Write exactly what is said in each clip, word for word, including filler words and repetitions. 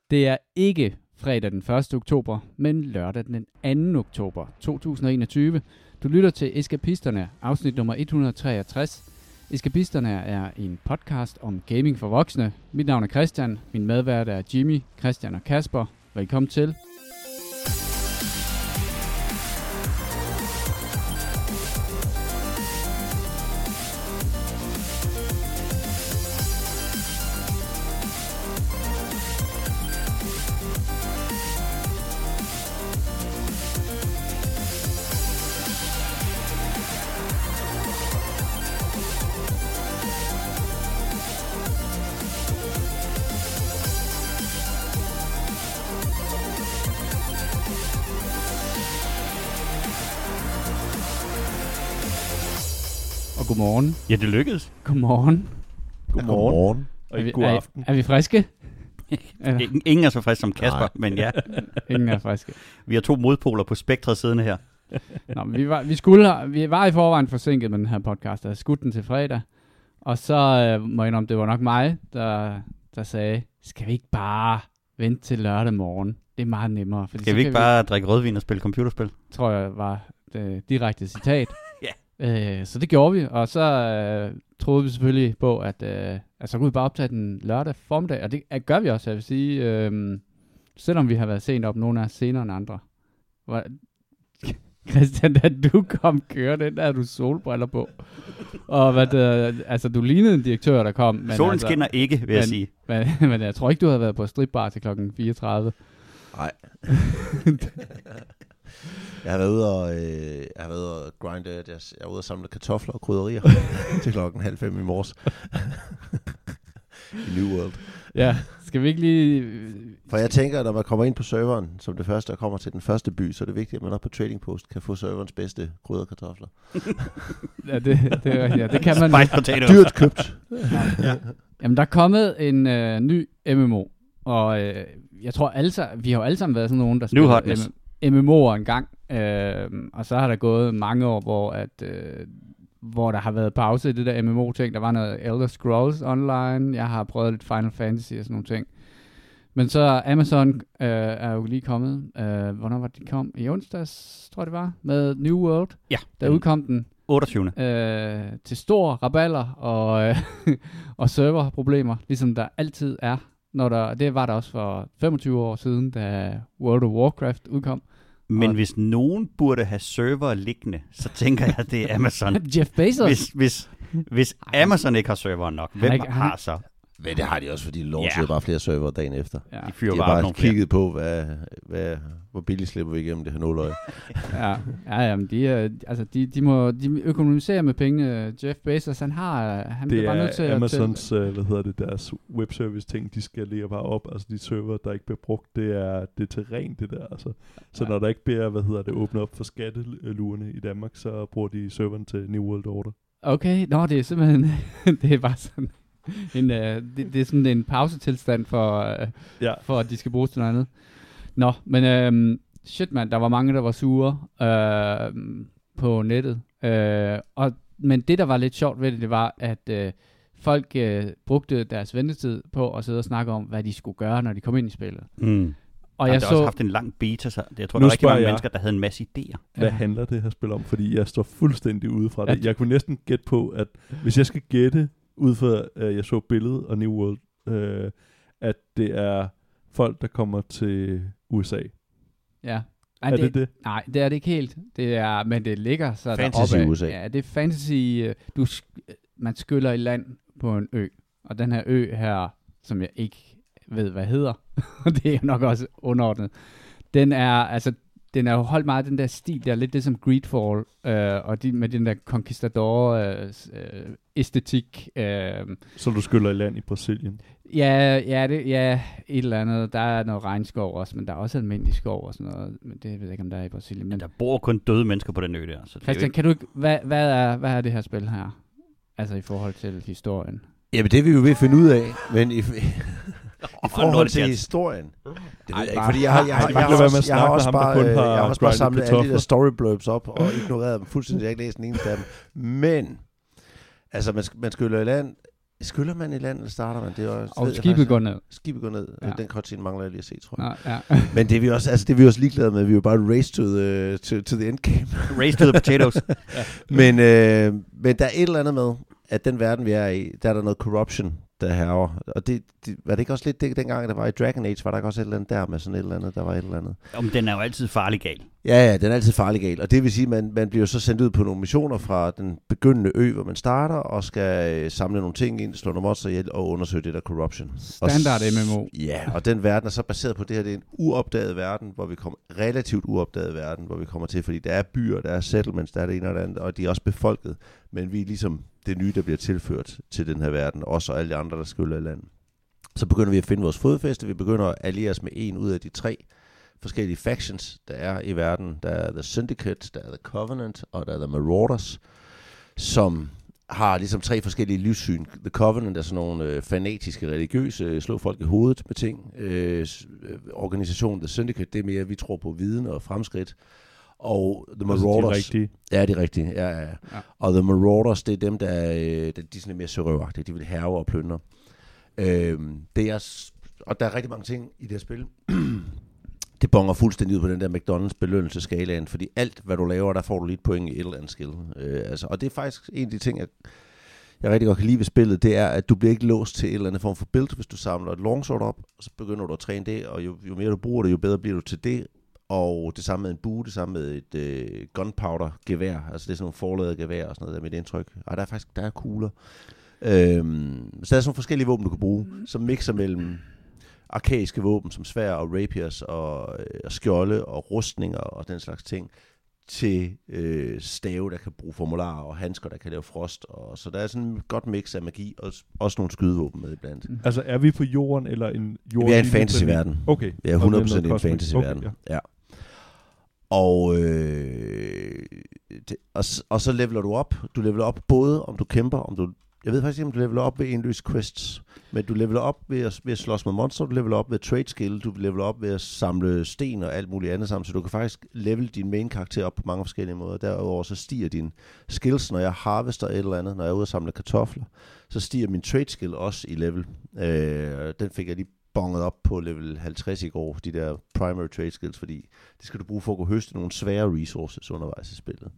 Det er ikke fredag den første oktober, men lørdag den anden oktober to tusind og enogtyve. Du lytter til Eskapisterne, afsnit nummer et hundrede og treogtres. Eskapisterne er en podcast om gaming for voksne. Mit navn er Christian, min medvært er Jimmy, Christian og Kasper. Velkommen til. Godmorgen. Ja, det lykkedes. Godmorgen. Godmorgen. Godmorgen. Og god aften. Er, er vi friske? Ingen, ingen er så frisk som Kasper, Nej. men ja. Ingen er friske. Vi har to modpoler på spektret siddende her. Nå, men vi, var, vi, skulle, vi var i forvejen forsinket med den her podcast, og skudt den til fredag. Og så øh, må jeg indrømme, det var nok mig, der, der sagde, skal vi ikke bare vente til lørdag morgen? Det er meget nemmere. Fordi skal vi ikke kan bare vi... drikke rødvin og spille computerspil? Tror jeg var det direkte citat. Ja. Øh, så det gjorde vi, og så øh, troede vi selvfølgelig på, at, øh, at så kunne vi bare optage den lørdag formiddag, og det at gør vi også, jeg vil sige, øh, selvom vi har været sent op, nogle af os senere end andre. Hvor, Christian, da du kom kørende, der havde du solbriller på, og hvad det, altså du lignede en direktør, der kom. Men Solen altså, skinner ikke, vil men, jeg sige. Men, men jeg tror ikke, du havde været på stripbar til klokken fireogtredive. Nej. Jeg har været ude og, øh, jeg har været ude og grinde, jeg, jeg er ude og samle kartofler og krydderier til klokken halv fem i morges. I New World. Ja, skal vi ikke lige... For jeg tænker, at når man kommer ind på serveren, som det første, og kommer til den første by, så er det vigtigt, at man op på Trading Post kan få serverens bedste krydderkartofler. Ja, det, det, ja, det kan man. Dyrt købt. Ja. Jamen, der er kommet en øh, ny M M O, og øh, jeg tror alle sammen, vi har jo alle sammen været sådan nogen, der spiller M M O'er en gang, øh, og så har der gået mange år, hvor, at, øh, hvor der har været pause i det der M M O-ting. Der var noget Elder Scrolls Online, jeg har prøvet lidt Final Fantasy og sådan nogle ting. Men så Amazon øh, er jo lige kommet, øh, hvornår var det, de kom? I onsdags, tror jeg det var, med New World. Ja. Der udkom den. otteogtyvende Øh, til stor raballer og, øh, og serverproblemer, ligesom der altid er. Når der, det var der også for femogtyve år siden, da World of Warcraft udkom. Men og hvis nogen burde have server liggende, så tænker jeg, at det er Amazon. Jeff Bezos. Hvis, hvis, hvis Amazon ikke har server nok, hvem ikke, har så? Men det har de også, fordi de launchede yeah. bare flere server dagen efter. Ja. De, fyrer de har bare, bare kigget på, hvad, hvad, hvor billigt slipper vi igennem det her nåløje. ja, ja, jamen, de, altså, de, de må de økonomiserer med pengene. Jeff Bezos, han har, han det er bare nødt til Amazons, at... uh, hvad hedder det, deres webservice-ting, de skalerer bare op. Altså de server, der ikke bliver brugt, det er, det er til rent det der. Altså. Så ja. Når der ikke bliver, hvad hedder det, åbnet op for skattelurene i Danmark, så bruger de serveren til New World Order. Okay, nå, det er simpelthen, det er bare sådan... En, uh, det, det er sådan en pausetilstand for, uh, ja. for at de skal bruges til noget andet. Nå, men uh, shit man, der var mange, der var sure uh, på nettet. Uh, og, men det, der var lidt sjovt ved det, det var, at uh, folk uh, brugte deres ventetid på at sidde og snakke om, hvad de skulle gøre, når de kom ind i spillet. Mm. Og Jamen, jeg har så... også haft en lang beta, så jeg tror, der var rigtig mange jeg, mennesker, der havde en masse idéer. Hvad ja. handler det her spil om? Fordi jeg står fuldstændig ude fra det. At... Jeg kunne næsten gætte på, at hvis jeg skal gætte, ud fra, at jeg så billedet og New World, øh, at det er folk, der kommer til U S A. Ja. Ej, er det, det det? Nej, det er det ikke helt. Det er, men det ligger så fantasy deroppe. U S A. Ja, det er fantasy. Du, man skyller i land på en ø. Og den her ø her, som jeg ikke ved, hvad hedder, og det er nok også underordnet, den er, altså, den er jo holdt meget den der stil, der er lidt det som Greedfall, øh, og de, med den der conquistador-æstetik. Øh, øh. Så du skyller i land i Brasilien? Ja, ja, det, ja, et eller andet. Der er noget regnskov også, men der er også almindelig skov og sådan noget. Men det ved jeg ikke, om der er i Brasilien. Men ja, der bor kun døde mennesker på den ø der. Så Christian, ikke... kan du ikke, hvad, hvad, er, hvad er det her spil her? Altså i forhold til historien. Jamen det er vi jo ved at finde ud af, men i, i forhold til historien, det ved jeg ikke, fordi jeg har, jeg, jeg, jeg, jeg, jeg, jeg har også bare, jeg har også bare samlet alle de der story blurbs op, og ignoreret dem fuldstændig, jeg har ikke læst den eneste af dem. Men, altså man, man skyller i land Skyller man i land, eller starter man? Det er også, og skibet går ned. Skibet går ned. Ja. Den cutscene mangler jeg lige at se, tror jeg. Ja, ja. Men det er vi også, altså det er vi også ligeglade med. Vi er jo bare race to the, to, to the end game. Race to the potatoes. Ja. Men, øh, men der er et eller andet med, at den verden, vi er i, der er der noget corruption, der herover. Og det, det, var det ikke også lidt det, dengang, der var i Dragon Age, var der ikke også et eller andet der med sådan et eller andet, der var et eller andet? Jamen, den er jo altid farlig gal. Ja, ja, den er altid farlig gal. Og det vil sige, at man, man bliver så sendt ud på nogle missioner fra den begyndende ø, hvor man starter, og skal øh, samle nogle ting ind, slå nogle monster ihjel og undersøge det der corruption. Standard M M O. Ja, og den verden er så baseret på det her, det er en uopdaget verden, hvor vi kommer, relativt uopdaget verden, hvor vi kommer til, fordi der er byer, der er settlements, der er det ene og det andet, og de er også befolket, men vi er ligesom det nye, der bliver tilført til den her verden, også og alle de andre, der skyller i land. Så begynder vi at finde vores fodfæste, vi begynder at alliere os med en ud af de tre forskellige factions, der er i verden. Der er The Syndicate, der er The Covenant, og der er The Marauders, som har ligesom tre forskellige livssyn. The Covenant er sådan nogle øh, fanatiske, religiøse, slå folk i hovedet med ting. Øh, organisationen The Syndicate, det er mere, vi tror på viden og fremskridt. Og The Marauders... Altså, de er rigtige. Ja, de er rigtige. Ja, ja, ja. Ja. Og The Marauders, det er dem, der er, de er sådan lidt mere sørøveragtige. De vil hærge og plyndre. Øh, det er, og der er rigtig mange ting i det her spil. Det bonger fuldstændig ud på den der McDonald's belønnelseskalaen, fordi alt, hvad du laver, der får du lige et point i et eller andet skill. Øh, altså, og det er faktisk en af de ting, jeg, jeg rigtig godt kan lide ved spillet, det er, at du bliver ikke låst til en eller anden form for build. Hvis du samler et longsword op, så begynder du at træne det, og jo, jo mere du bruger det, jo bedre bliver du til det. Og det samme med en bue, det samme med et øh, gunpowder-gevær, altså det er sådan nogle forladede gevær og sådan noget, der er mit indtryk. Og der er faktisk, der er kugler. Øhm, så der er sådan nogle forskellige våben, du kan bruge, som mixer mellem arkaiske våben som sværd og rapiers og, øh, og skjolde og rustninger og den slags ting, til øh, stave, der kan bruge formularer og handsker, der kan lave frost. Og, så der er sådan et godt mix af magi og også nogle skydevåben med iblandt. Mm. Altså er vi på jorden eller en jorden? Vi er en fantasy-verden. Okay. Vi er hundrede procent en fantasy-verden. Okay, ja. Ja. Og, øh, det, og, og så leveler du op. Du leveler op både om du kæmper, om du Jeg ved faktisk ikke, om du leveler op ved indløse quests, men du leveler op ved at, ved at slås med monster, du leveler op ved trade skill, du leveler op ved at samle sten og alt muligt andet sammen, så du kan faktisk level din main karakter op på mange forskellige måder. Derudover så stiger din skills, når jeg harvester et eller andet, når jeg er ude og samle kartofler, så stiger min trade skill også i level. Øh, den fik jeg lige bonget op på level halvtreds i går, de der primary trade skills, fordi det skal du bruge for at kunne høste nogle svære resources undervejs i spillet.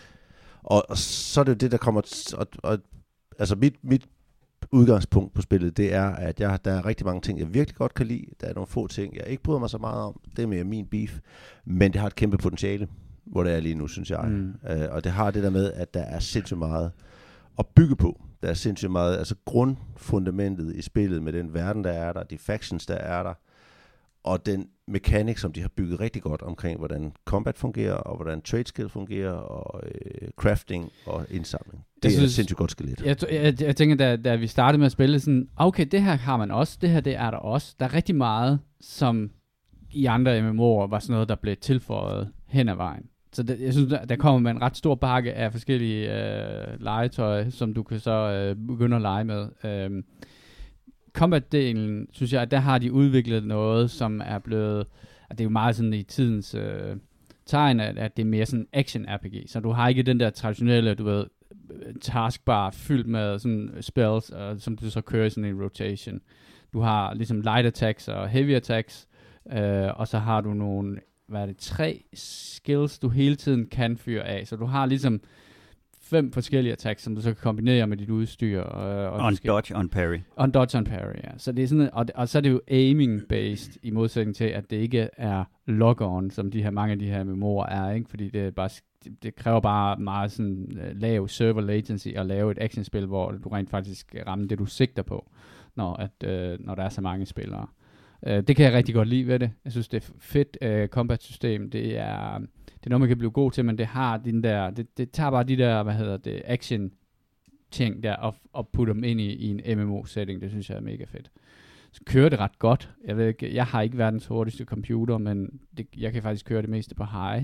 Og, og så er det det, der kommer... T- og, og Altså mit, mit udgangspunkt på spillet, det er, at jeg, der er rigtig mange ting, jeg virkelig godt kan lide. Der er nogle få ting, jeg ikke bryder mig så meget om. Det er mere min beef. Men det har et kæmpe potentiale, hvor det er lige nu, synes jeg. Mm. Uh, og det har det der med, at der er sindssygt meget at bygge på. Der er sindssygt meget, altså grundfundamentet i spillet med den verden, der er der, de factions, der er der, og den mekanik, som de har bygget rigtig godt omkring, hvordan combat fungerer, og hvordan trade skill fungerer, og øh, crafting og indsamling. Det jeg er synes, sindssygt godt skelet. Jeg, jeg, jeg tænker, da, da vi startede med at spille, sådan, okay, det her har man også, det her det er der også. Der er rigtig meget, som i andre M M O'er var sådan noget, der blev tilføjet hen ad vejen. Så det, jeg synes, der, der kommer med en ret stor pakke af forskellige øh, legetøj, som du kan så øh, begynde at lege med. Øh, Combat-delen, synes jeg, at der har de udviklet noget, som er blevet, at det er jo meget sådan i tidens øh, tegn, at, at det er mere sådan action-R P G, så du har ikke den der traditionelle, du ved, taskbar fyldt med sådan spells, øh, som du så kører i sådan en rotation. Du har ligesom light attacks og heavy attacks, øh, og så har du nogle, hvad er det, tre skills, du hele tiden kan fyre af, så du har ligesom fem forskellige attacks, som du så kan kombinere med dit udstyr. Og, og on dodge, on parry. On dodge, on parry, ja. Så det er sådan, og, og så er det jo aiming-based, i modsætning til, at det ikke er lock-on, som de her, mange af de her memorer er, ikke? Fordi det, er bare, det, det kræver bare meget sådan uh, lav server latency at lave et actionspil, hvor du rent faktisk rammer det, du sigter på, når, at, uh, når der er så mange spillere. Uh, det kan jeg rigtig godt lide ved det. Jeg synes, det er fedt uh, combat-system. Det er... Det er noget, man kan blive god til, men det har den der, det, det tager bare de der, hvad hedder det, action ting der, og, og putte dem ind i, i en M M O-setting. Det synes jeg er mega fedt. Så kører det ret godt. Jeg ved ikke, jeg har ikke verdens hurtigste computer, men det, jeg kan faktisk køre det meste på high.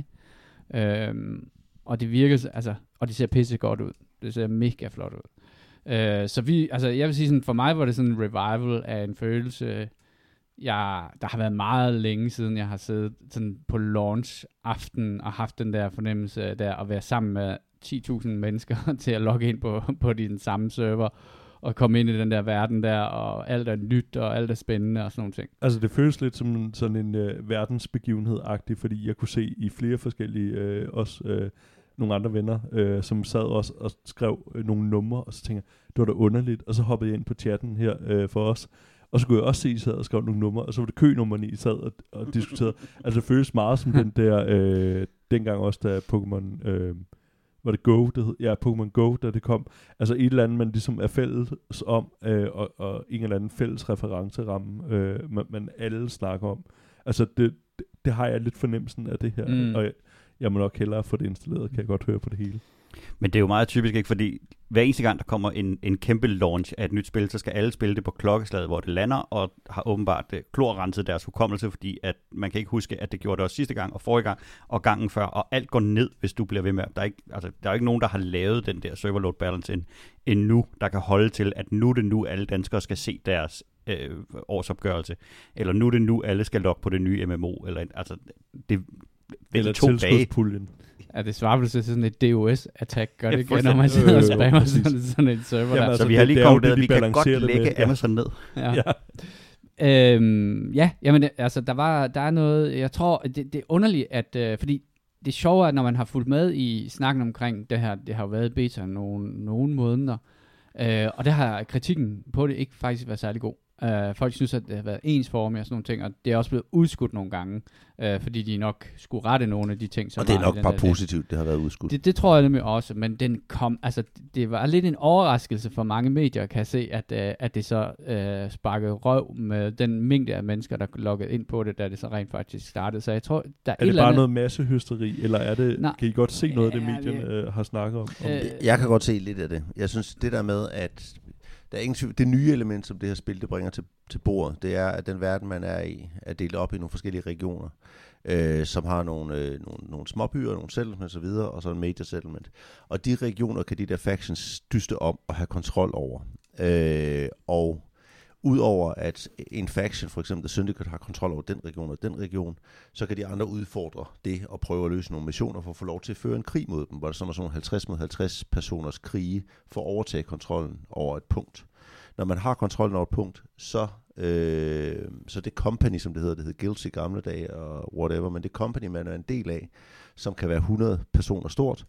Øhm, og det virker, altså, og det ser pisse godt ud. Det ser mega flot ud. Øh, så vi, altså, jeg vil sige sådan, for mig var det sådan en revival af en følelse. Jeg, der har været meget længe siden, jeg har siddet sådan på launch-aften og haft den der fornemmelse der at være sammen med ti tusind mennesker til at logge ind på, på din samme server at komme ind i den der verden der, og alt er nyt, og alt er spændende, og sådan nogle ting. Altså, det føles lidt som sådan en øh, verdensbegivenhed-agtig, fordi jeg kunne se i flere forskellige, øh, også øh, nogle andre venner, øh, som sad også og skrev øh, nogle numre, og så tænkte jeg, det var da underligt, og så hoppede jeg ind på chatten her øh, for os, og så kunne jeg også se, at I sad og skrev nogle numre, og så var det kønummerne, I sad og, og diskuterede. Altså, det føles meget som den der, øh, dengang også, da Pokémon, øh, var det Go, det hed? Ja, Pokémon Go, da det kom. Altså et eller andet, man ligesom er fælles om, øh, og, og en eller anden fælles referenceramme, øh, man, man alle snakker om. Altså, det, det, det har jeg lidt fornemmelsen af det her, mm. og jeg, jeg må nok hellere få det installeret, kan jeg godt høre på det hele. Men det er jo meget typisk, ikke? Fordi hver eneste gang, der kommer en, en kæmpe launch af et nyt spil, så skal alle spille det på klokkeslaget, hvor det lander, og har åbenbart uh, klorrenset deres hukommelse, fordi at man kan ikke huske, at det gjorde det også sidste gang, og forrige gang, og gangen før, og alt går ned, hvis du bliver ved med. Der er ikke, altså, der er ikke nogen, der har lavet den der server load balance end, endnu, der kan holde til, at nu er det nu, alle danskere skal se deres øh, årsopgørelse, eller nu er det nu, alle skal logge på det nye M M O, eller altså, det eller tilskudspuljen. Ja, det svarer vel til sådan et D O S-attack, gør det igen, når man sidder og spammer sådan, sådan en server Jamen, der. Altså, så vi har lige kommet, at vi kan godt lægge Amazon ned. Ja. Ja. Øhm, ja, jamen, altså, der, var, der er noget, jeg tror, det, det er underligt, at, øh, fordi det er sjovt, at når man har fulgt med i snakken omkring det her, det har jo været beta nogle, nogle måneder, øh, og der har kritikken på det ikke faktisk været særlig god. Uh, folk synes, at det har været ensformigt og sådan nogle ting, og det er også blevet udskudt nogle gange, uh, fordi de nok skulle rette nogle af de ting, som og det er nok bare positivt, det. det har været udskudt. Det, det tror jeg nemlig også, men den kom, altså, det var lidt en overraskelse for mange medier, kan jeg se, at, uh, at det så uh, sparkede røv med den mængde af mennesker, der loggede ind på det, da det så rent faktisk startede. Så jeg tror, der er, er det eller bare andet... noget massehysteri, eller er det, Nej, kan I godt se noget af det, ja, medierne øh, har snakket om? om øh, det? Jeg kan godt se lidt af det. Jeg synes, det der med, at der er ingen, det nye element, som det her spil det bringer til, til bordet, det er, at den verden, man er i, er delt op i nogle forskellige regioner, øh, som har nogle, øh, nogle, nogle småbyer, nogle settlements og så videre, og så en major settlement. Og de regioner kan de der factions dyste om og have kontrol over. Øh, og udover at en faction, for eksempel The Syndicate, har kontrol over den region og den region, så kan de andre udfordre det og prøve at løse nogle missioner for at få lov til at føre en krig mod dem, hvor der så er sådan nogle halvtreds mod halvtreds personers krige for at overtage kontrollen over et punkt. Når man har kontrollen over et punkt, så, øh, så det company, som det hedder, det hed Guilds i gamle dage og whatever, men det company, man er en del af, som kan være hundrede personer stort,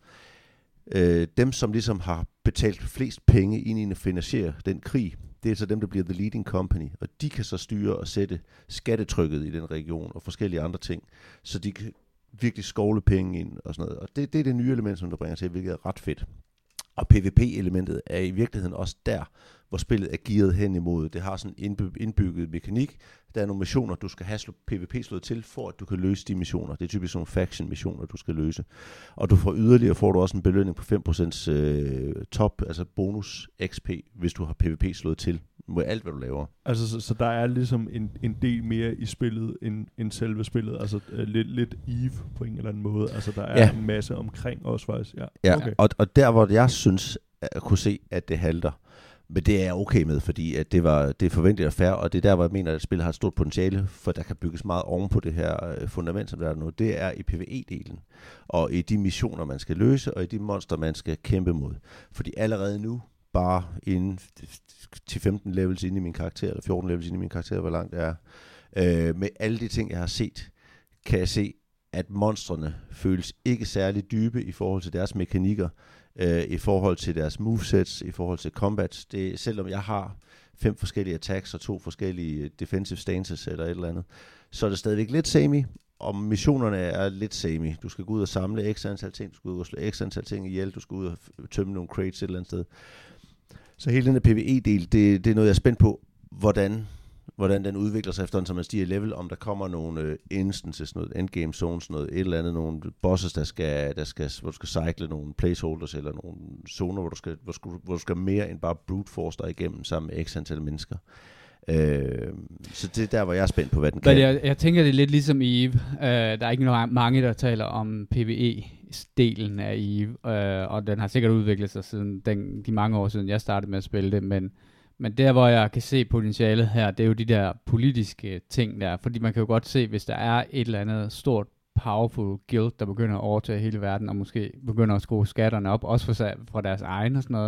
øh, dem, som ligesom har betalt flest penge ind i at finansiere den krig, det er så dem, der bliver the leading company, og de kan så styre og sætte skattetrykket i den region og forskellige andre ting, så de kan virkelig skovle penge ind og sådan noget. Og det, det er det nye element, som der bringer til, hvilket er ret fedt. Og P V P-elementet er i virkeligheden også der, hvor spillet er gearet hen imod. Det har sådan en indbygget mekanik. Der er nogle missioner, du skal have P V P slået til, for at du kan løse de missioner. Det er typisk sådan nogle faction-missioner, du skal løse. Og du får yderligere, får du også en belønning på fem procent øh, top, altså bonus X P, hvis du har P V P slået til med alt, hvad du laver. Altså, så, så der er ligesom en, en del mere i spillet, end, end selve spillet. Altså uh, lidt, lidt Eve på en eller anden måde. Altså, der er ja. en masse omkring også faktisk. Ja, ja. Okay. Og, og der, hvor jeg synes, at kunne se, at det halter, men det er jeg okay med, fordi at det, var, det er forventeligt og fair, og det er der, hvor jeg mener, at spillet har et stort potentiale, for der kan bygges meget oven på det her fundament, som der er nu. Det er i P V E-delen, og i de missioner, man skal løse, og i de monster, man skal kæmpe mod. Fordi allerede nu, bare inden til femten levels inde i min karakter, eller fjorten levels inde i min karakter, hvor langt det er, øh, med alle de ting, jeg har set, kan jeg se, at monstrene føles ikke særlig dybe i forhold til deres mekanikker, øh, i forhold til deres movesets, i forhold til combat. Det, selvom jeg har fem forskellige attacks og to forskellige defensive stances eller et eller andet, så er det stadigvæk lidt samey, og missionerne er lidt samey. Du skal gå ud og samle x antal ting, du skal ud og slå x antal ting ihjel, du skal ud og tømme nogle crates et eller andet sted. Så hele den der P V E-del, det, det er noget, jeg er spændt på, hvordan, hvordan den udvikler sig efterhånden, så man stiger i level, om der kommer nogle øh, instances, noget endgame zones, noget et eller andet, nogle bosses, der skal, der skal, hvor du skal cycle nogle placeholders, eller nogle zoner, hvor du skal, hvor du, hvor du skal mere end bare brute force dig igennem sammen med x antal mennesker. Øh, så det er der, hvor jeg er spændt på, hvad den kan. Jeg, jeg tænker, det er lidt ligesom i Eve. Uh, der er ikke nogen, mange, der taler om P V E-delen af Eve, uh, og den har sikkert udviklet sig siden den, de mange år siden, jeg startede med at spille det, men, men der, hvor jeg kan se potentialet her, det er jo de der politiske ting der, fordi man kan jo godt se, hvis der er et eller andet stort powerful guild, der begynder at overtage hele verden, og måske begynder at skrue skatterne op, også for, for deres egen og sådan noget,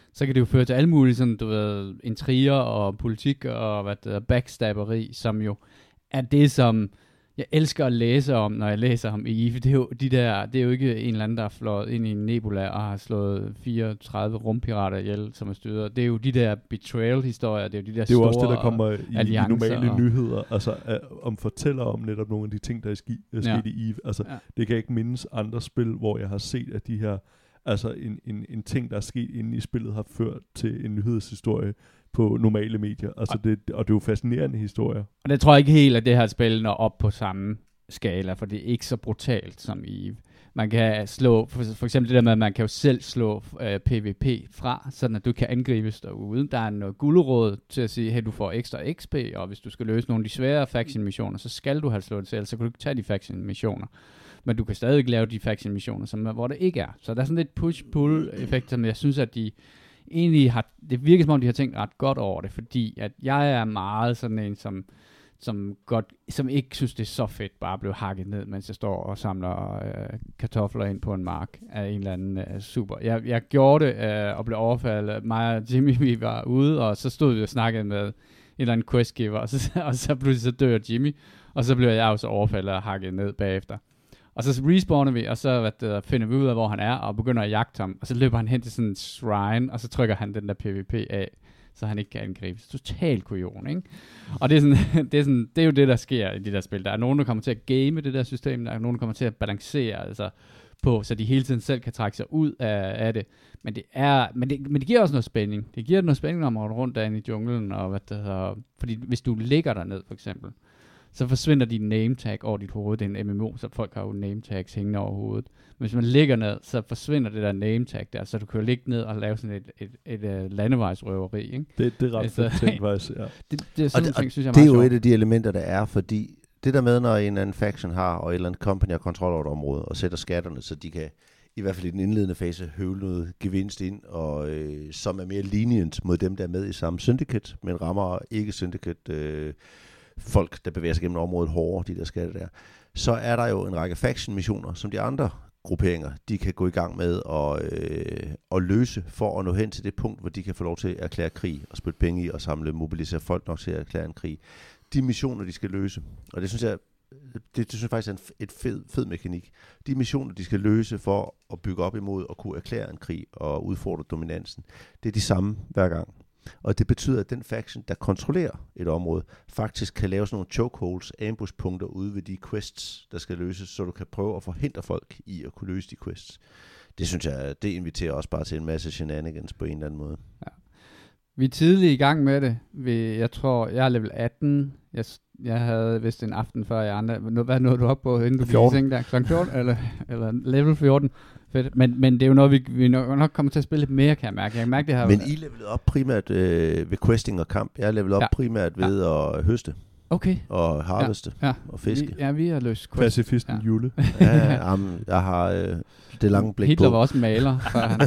så kan det jo føre til alle mulige sådan, du ved, intriger og politik og hvad det er, backstabberi, som jo er det, som jeg elsker at læse om, når jeg læser om Eve. Det er jo, de der, det er jo ikke en eller anden, der er flået ind i en nebula og har slået fireogtredive rumpirater ihjel, som er styret. Det er jo de der betrayal-historier, det er jo de der store alliancer. Det er jo også det, der kommer i, i normale og nyheder, altså uh, om fortæller om netop nogle af de ting, der er ski, uh, ja. sket i Eve. Altså, ja. Det kan jeg ikke mindes andre spil, hvor jeg har set, at de her, altså en, en, en ting, der er sket inde i spillet, har ført til en nyhedshistorie på normale medier. Altså det, og det er jo fascinerende historier. Og det tror jeg ikke helt, at det her spil når op på samme skala, for det er ikke så brutalt som Eve. Man kan slå, for, for eksempel det der med, at man kan jo selv slå uh, PvP fra, sådan at du kan angribes derude. Der er noget gulerod til at sige, hey, du får ekstra X P, og hvis du skal løse nogle af de svære faction-missioner, så skal du have slået det selv, så kan du ikke tage de faction-missioner. Men du kan stadig lave de faction-missioner, som, hvor det ikke er. Så der er sådan lidt push-pull-effekt, som jeg synes, at de egentlig har, det virker som om, de har tænkt ret godt over det, fordi at jeg er meget sådan en, som, som, godt, som ikke synes, det er så fedt bare at blive hakket ned, mens jeg står og samler øh, kartofler ind på en mark af en eller anden øh, super. Jeg, jeg gjorde det øh, og blev overfaldet. Mig og Jimmy, vi var ude, og så stod vi og snakkede med en eller anden questgiver, og så, og så pludselig så dør Jimmy, og så blev jeg også overfaldet og hakket ned bagefter. Og så respawner vi, og så hvad det, finder vi ud af, hvor han er, og begynder at jagte ham. Og så løber han hen til sådan en shrine, og så trykker han den der PvP af, så han ikke kan angribes. Total kujon, ikke? Og det er, sådan, det, er sådan, det er jo det, der sker i de der spil. Der er nogen, der kommer til at game det der system, der er nogen, der kommer til at balancere altså, på, så de hele tiden selv kan trække sig ud af, af det. Men det, er, men, det, men det giver også noget spænding. Det giver noget spænding, når man rundt, rundt derinde i junglen, og hvad det hedder. Fordi hvis du ligger derned, for eksempel, så forsvinder din name tag over dit hoved. Det er en M M O, så folk har jo name tags hængende over hovedet. Men hvis man ligger ned, så forsvinder det der name tag der, så du kan jo ligge ned og lave sådan et, et, et, et landevejsrøveri, ikke? Det, det er ret altså, fedt ting, faktisk, ja. Det, det er sådan og det, ting, synes jeg er det er meget jo sjovt. et af de elementer, der er, fordi det der med, når en eller anden faction har, og et eller andet company har kontrol over et område, og sætter skatterne, så de kan, i hvert fald i den indledende fase, høvle noget gevinst ind, og øh, som er mere lenient mod dem, der er med i samme syndicate, men rammer ikke syndicate øh, folk, der bevæger sig gennem området hårdere, de der skatte der, så er der jo en række faction-missioner, som de andre grupperinger, de kan gå i gang med at, øh, at løse, for at nå hen til det punkt, hvor de kan få lov til at erklære krig, og spytte penge i, og samle, mobilisere folk nok til at erklære en krig. De missioner, de skal løse, og det synes jeg, det, det synes jeg faktisk er en et fed, fed mekanik. De missioner, de skal løse for at bygge op imod og kunne erklære en krig og udfordre dominansen, det er de samme hver gang. Og det betyder, at den faction, der kontrollerer et område, faktisk kan lave sådan nogle chokeholds, ambushpunkter ude ved de quests, der skal løses, så du kan prøve at forhindre folk i at kunne løse de quests. Det synes jeg, det inviterer også bare til en masse shenanigans på en eller anden måde. Ja. Vi er tidligt i gang med det. Vi, jeg tror, jeg er level atten. Jeg, jeg havde vist en aften før jeg andre. Hvad nåede du op på, inden du gik i seng der? klokken fjorten? eller, eller level fjorten? Fedt. Men, men det er jo noget, vi, vi nok, nok kommer til at spille lidt mere, kan jeg mærke. Jeg kan mærke det her. Men I levelede op primært øh, ved questing og kamp. Jeg levelede op ja. primært ved ja. at høste. Okay. Og harveste. Ja. Ja. Og fiske. Vi, ja, vi har løst quest. Pacifisten ja. Jule. ja, um, jeg har øh, det lange blik Hitler på. var også maler. Han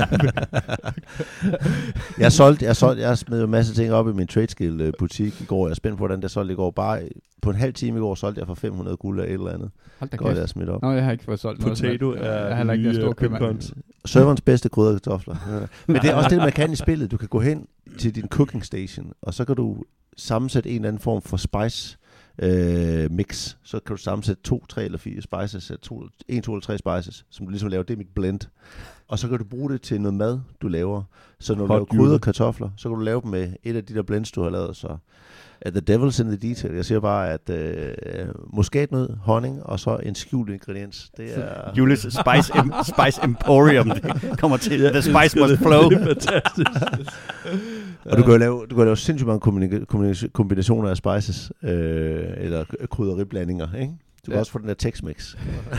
jeg solgte, jeg solgte, jeg smed en masse ting op i min TradeSkill butik i går. Jeg er spændt på, hvordan det solgte i går. Bare på en halv time i går solgte jeg for fem hundrede guld af et eller andet. Hold da kæft. Jeg smidt op. Nå, jeg har ikke fået solgt Potato noget. Potato er jeg har ikke den store købmand. Serverens bedste krydderkartofler. Ja. Men det er også det, man kan i spillet. Du kan gå hen til din cooking station, og så kan du sammensætte en eller anden form for spice øh, mix. Så kan du sammensætte to, tre eller fire spices, to, en, to eller tre spices, som du ligesom laver. Det er mit blend. Og så kan du bruge det til noget mad, du laver. Så når du Hot laver krydderkartofler, så kan du lave dem med et af de der blends, du har lavet. Så uh, the devil's in the detail. Jeg siger bare, at uh, muskatnød, honning og så en skjult ingrediens. Det er Julius Spice, em- Spice Emporium. Det kommer til. The spice must flow. Det er fantastisk. Og du kan jo lave, du kan lave sindssygt mange kombina- kombinationer af spices, øh, eller krydderiblandinger, ikke? Du kan ja. også få den der Tex-Mex.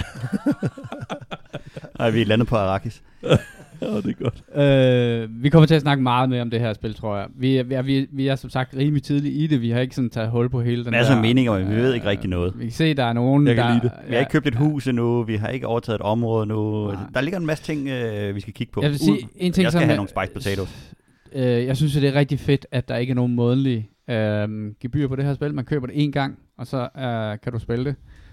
Nej, vi er landet på Arrakis. Ja, det er godt. Øh, vi kommer til at snakke meget mere om det her spil, tror jeg. Vi er, vi, vi er som sagt rimelig tidligt i det. Vi har ikke sådan taget hul på hele den Masser der... af meninger, men vi ved ikke rigtig noget. Vi kan se, der er nogen, jeg der... kan lide det. Vi har ikke købt et hus endnu, vi har ikke overtaget et område nu. Nej. Der ligger en masse ting, øh, vi skal kigge på. Jeg vil sige, uh, en ting, jeg skal som have nogle spiced potatoes. Øh, jeg synes, det er rigtig fedt, at der ikke er nogen månedlige øh, gebyr på det her spil. Man køber det én gang, og så øh, kan du spille det.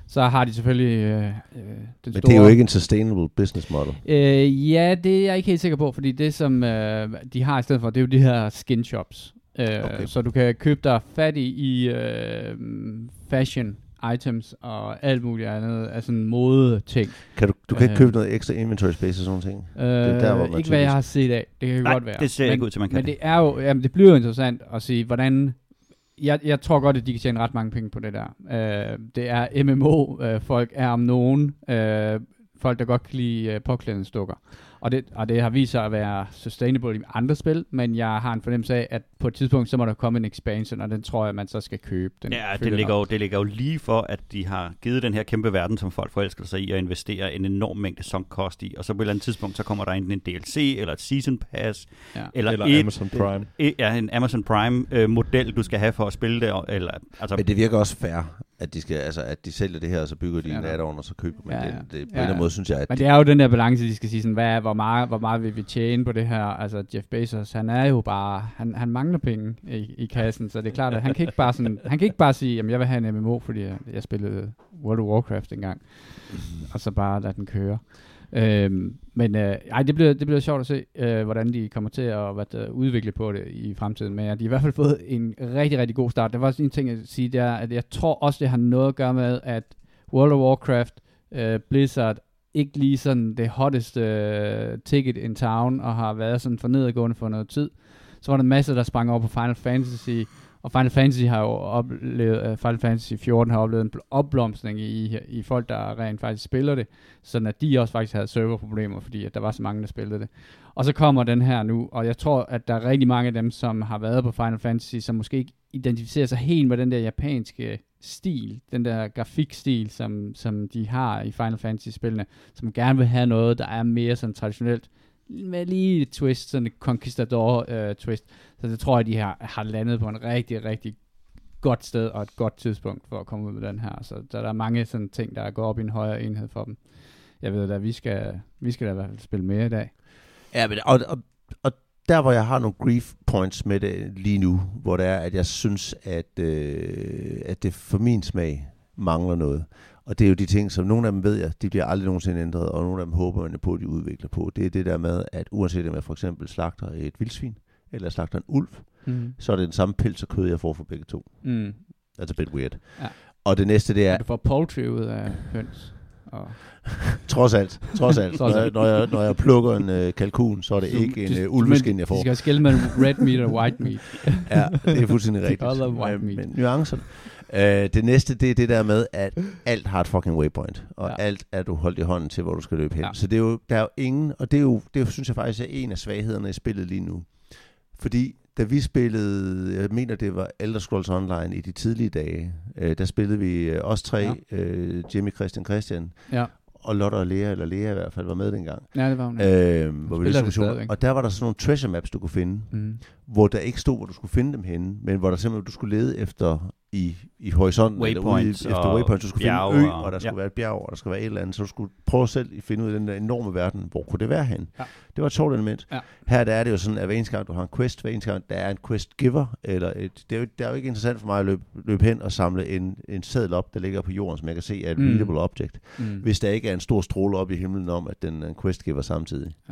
Så har de selvfølgelig øh, øh, den Men store... det er jo ikke en sustainable business model. Øh, ja, det er jeg ikke helt sikker på, fordi det, som øh, de har i stedet for, det er jo de her skin shops. Øh, okay. Så du kan købe dig fat i, i øh, fashion items og alt muligt andet, altså en mode-ting. Kan du, du kan øh, ikke købe noget ekstra inventory space og sådan ting? Øh, det er der, hvor man ikke hvad jeg har set af. Det kan Nej, godt være. det ser men, ikke ud til, man kan. Men det er jo, jamen, det bliver jo interessant at sige, hvordan... Jeg, jeg tror godt, at de kan tjene ret mange penge på det der. Uh, det er M M O-folk uh, er om nogen uh, folk, der godt kan lide uh, påklædningsdukker. Og det, og det har vist sig at være sustainable i andre spil, men jeg har en fornemmelse af, at på et tidspunkt, så må der komme en expansion, og den tror jeg, man så skal købe. Den ja, det ligger, jo, det ligger jo lige for, at de har givet den her kæmpe verden, som folk forelsker sig i, og investerer en enorm mængde sunk cost i, og så på et eller andet tidspunkt, så kommer der enten en D L C, eller et Season Pass, ja. eller, eller et, Amazon Prime. Et, ja, en Amazon Prime-model, øh, du skal have for at spille det. Eller, altså. Men det virker også fair, at de, skal, altså, at de sælger det her, og så bygger de ja, en add-on, og så køber man ja, ja. det. det. På ja, en eller anden måde, synes jeg, at... Men det er jo den der balance, de skal sige sådan, hvad er, hvor meget, hvor meget vil vi tjene på det her? Altså, Jeff Bezos, han er jo bare... Han, han mangler penge i, i kassen, så det er klart, at han kan ikke bare, sådan, han kan ikke bare sige, jamen, jeg vil have en M M O, fordi jeg, jeg spillede World of Warcraft engang, mm-hmm. og så bare lade den køre. Øhm, men øh, ej, det bliver, det bliver sjovt at se, øh, hvordan de kommer til at hvad der, udvikle på det i fremtiden. Men ja, de har i hvert fald fået en rigtig, rigtig god start. Der var også en ting at sige, det er, at jeg tror også, det har noget at gøre med, at World of Warcraft, øh, Blizzard, ikke lige sådan det hotteste øh, ticket in town, og har været sådan for nedadgående for noget tid. Så var der en masse, der sprang over på Final Fantasy, og Final Fantasy har jo oplevet, uh, Final Fantasy fjorten har oplevet en opblomstring i, i folk, der rent faktisk spiller det, sådan at de også faktisk havde serverproblemer, fordi at der var så mange, der spillede det. Og så kommer den her nu, og jeg tror, at der er rigtig mange af dem, som har været på Final Fantasy, som måske ikke identificerer sig helt med den der japanske stil, den der grafikstil, som, som de har i Final Fantasy-spillene, som gerne vil have noget, der er mere sådan traditionelt, med lige et twist, sådan et conquistador-twist. Uh, så det tror jeg, de har, har landet på en rigtig, rigtig godt sted og et godt tidspunkt for at komme ud med den her. Så der, der er mange sådan ting, der går op i en højere enhed for dem. Jeg ved da, vi skal, vi skal da i hvert fald spille mere i dag. Ja, men og, og, og der, hvor jeg har nogle grief points med det lige nu, hvor det er, at jeg synes, at, øh, at det for min smag mangler noget. Og det er jo de ting, som nogle af dem ved jeg, de bliver aldrig nogensinde ændret, og nogle af dem håber man på, at de udvikler på. Det er det der med, at uanset om jeg for eksempel slagter et vildsvin, eller slagter en ulv, mm. så er det den samme pels og kød, jeg får for begge to. Mm. That's a bit weird. Ja. Og det næste, det er... Og du får poultry ud af høns. Og trods alt, trods alt. når, jeg, når, jeg, når jeg plukker en øh, kalkun, så er det ikke en øh, ulveskin, jeg får. Du skal skille mellem red meat og white meat. Ja, det er fuldstændig rigtigt. White meat. Men nuancerne. Uh, det næste, det er det der med, at alt har et fucking waypoint, og ja. alt er du holdt i hånden til, hvor du skal løbe hen. Ja. Så det er jo, der er jo ingen, og det er jo, det er jo, synes jeg faktisk er en af svaghederne i spillet lige nu. Fordi da vi spillede, jeg mener det var Elder Scrolls Online i de tidlige dage, uh, der spillede vi uh, os tre, ja. uh, Jimmy, Christian, Christian, ja. og Lotte og Lea, eller Lea i hvert fald, var med dengang. Ja, det var hun. Øh, hvor vi og der var der sådan nogle treasure maps, du kunne finde, mm. hvor der ikke stod, hvor du skulle finde dem henne, men hvor der simpelthen, du skulle lede efter i, i horisonten, waypoints eller ude, efter waypoints, du skulle bjerg, finde en ø, og der ja. skulle være et bjerg, og der skulle være et eller andet, så du skulle prøve selv at finde ud af den der enorme verden, hvor kunne det være henne. Ja. Det var et sjovt element. Ja. Her der er det jo sådan, at hver eneste gang, du har en quest, hver eneste gang, der er en quest giver, eller et, det, er jo, det er jo ikke interessant for mig at løbe, løbe hen og samle en, en seddel op, der ligger på jorden, som jeg kan se er et mm. readable object, mm. hvis der ikke er en stor stråle op i himlen om, at den er en quest giver samtidig. Ja.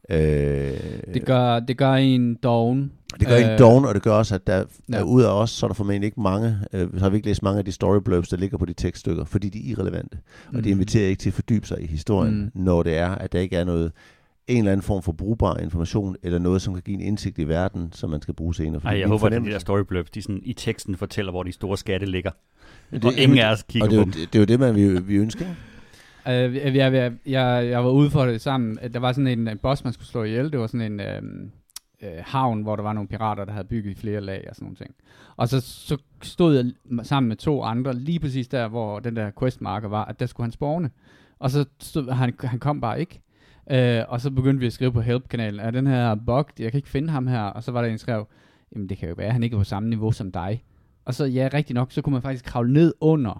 Øh, det, gør, det gør en doven. Det gør øh, en doven, og det gør også, at der ja. er ud af os, så er der formentlig ikke mange, øh, har vi ikke læst mange af de story blurbs, der ligger på de tekststykker, fordi de er irrelevante. Mm. Og det inviterer ikke til at fordybe sig i historien, mm. når det er, at der ikke er noget, en eller anden form for brugbar information, eller noget, som kan give en indsigt i verden, som man skal bruge senere. Ej, jeg håber, at de der story blurbs, de sådan, i teksten fortæller, hvor de store skatte ligger. Det, og ingen af os kigger det, på dem. Det, det er jo det, man vi, vi ønsker. Uh, jeg, jeg, jeg, jeg var ude for det sammen. Der var sådan en, en boss, man skulle slå ihjel. Det var sådan en øh, øh, havn, hvor der var nogle pirater, der havde bygget flere lag og sådan nogle ting. Og så, så stod jeg sammen med to andre, lige præcis der, hvor den der questmarker var, at der skulle han spawne. Og så stod, han, han kom bare ikke. Uh, og så begyndte vi at skrive på help-kanalen, er den her bug, jeg kan ikke finde ham her. Og så var der en, der skrev, jamen det kan jo være, han ikke er på samme niveau som dig. Og så ja, rigtig nok, så kunne man faktisk kravle ned under,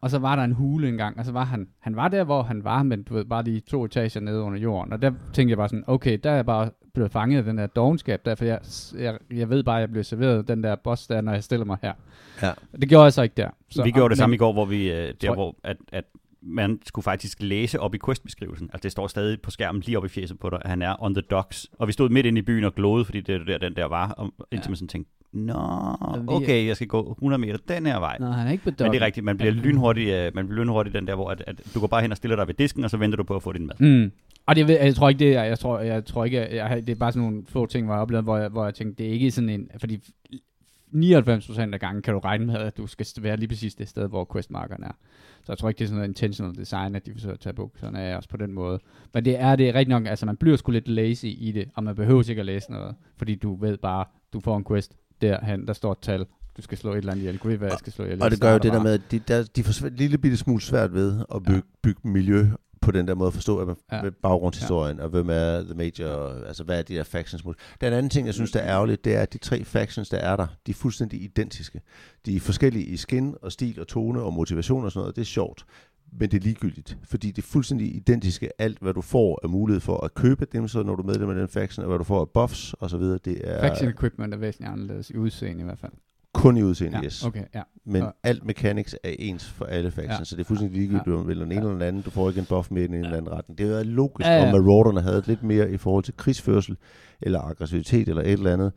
og så var der en hule engang, og så var han, han var der, hvor han var, men du ved, bare lige to etager nede under jorden, og der tænkte jeg bare sådan, okay, der er jeg bare blevet fanget af den der dovenskab, derfor jeg, jeg, jeg ved bare, at jeg bliver serveret den der boss der, når jeg stiller mig her. Ja. Det gjorde jeg så ikke der. Så, vi gjorde det samme i går, hvor vi, øh, der hvor, at, at man skulle faktisk læse op i quest-beskrivelsen. Altså det står stadig på skærmen lige op i fjeset på dig, at han er on the docks. Og vi stod midt inde i byen og glåede, fordi det er der, den der var, og indtil ja. man sådan tænkte, nå, okay, jeg skal gå hundrede meter den her vej. Nå, han er ikke på docken. Men det er rigtigt, man bliver lynhurtig, man bliver lynhurtig den der, hvor at, at du går bare hen og stiller dig ved disken, og så venter du på at få din mad. Mm. Og det, jeg, ved, jeg tror ikke det er, jeg tror, jeg tror ikke, jeg, jeg, det er bare sådan nogle få ting, hvor jeg oplevede, hvor jeg, hvor jeg tænkte, det er ikke sådan en, fordi nioghalvfems procent af gangen kan du regne med, at du skal være lige præcis det sted, hvor questmarkeren er. Så jeg tror ikke, det er sådan noget intentional design, at de forsøger at tage bukserne af os på den måde. Men det er det rigtig nok, altså man bliver sgu lidt lazy i det, og man behøver ikke at læse noget, fordi du ved bare, du får en quest derhen, der står et tal, du skal slå et eller andet ihjel, kunne hvad jeg skal slå ihjel. Og det gør jo det der med, at de, der, de får en lille bitte smule svært ved at bygge, ja. bygge miljø på den der måde at forstå, at man, ja. med baggrundshistorien, ja. og hvem er The Major, altså hvad er de der factions. Den anden ting, jeg synes, der er ærgerligt, det er, at de tre factions, der er der, de er fuldstændig identiske. De er forskellige i skin og stil og tone og motivation og sådan noget, det er sjovt, men det er ligegyldigt, fordi det er fuldstændig identiske. Alt, hvad du får af mulighed for at købe dem, så når du er medlem af den faction, og hvad du får af buffs og så videre, det er... Faction equipment er væsentligt anderledes i udseende i hvert fald. Kun i udseende, ja, yes. Okay, ja. Men så. alt mechanics er ens for alle factions, ja. så det er fuldstændig ligegyldigt, ja. om den ene ja. eller den anden. Du får ikke en buff med i en ja. eller anden retning. Det er logisk, ja, ja. om Marauderne havde lidt mere i forhold til krigsførsel, eller aggressivitet, eller et eller andet.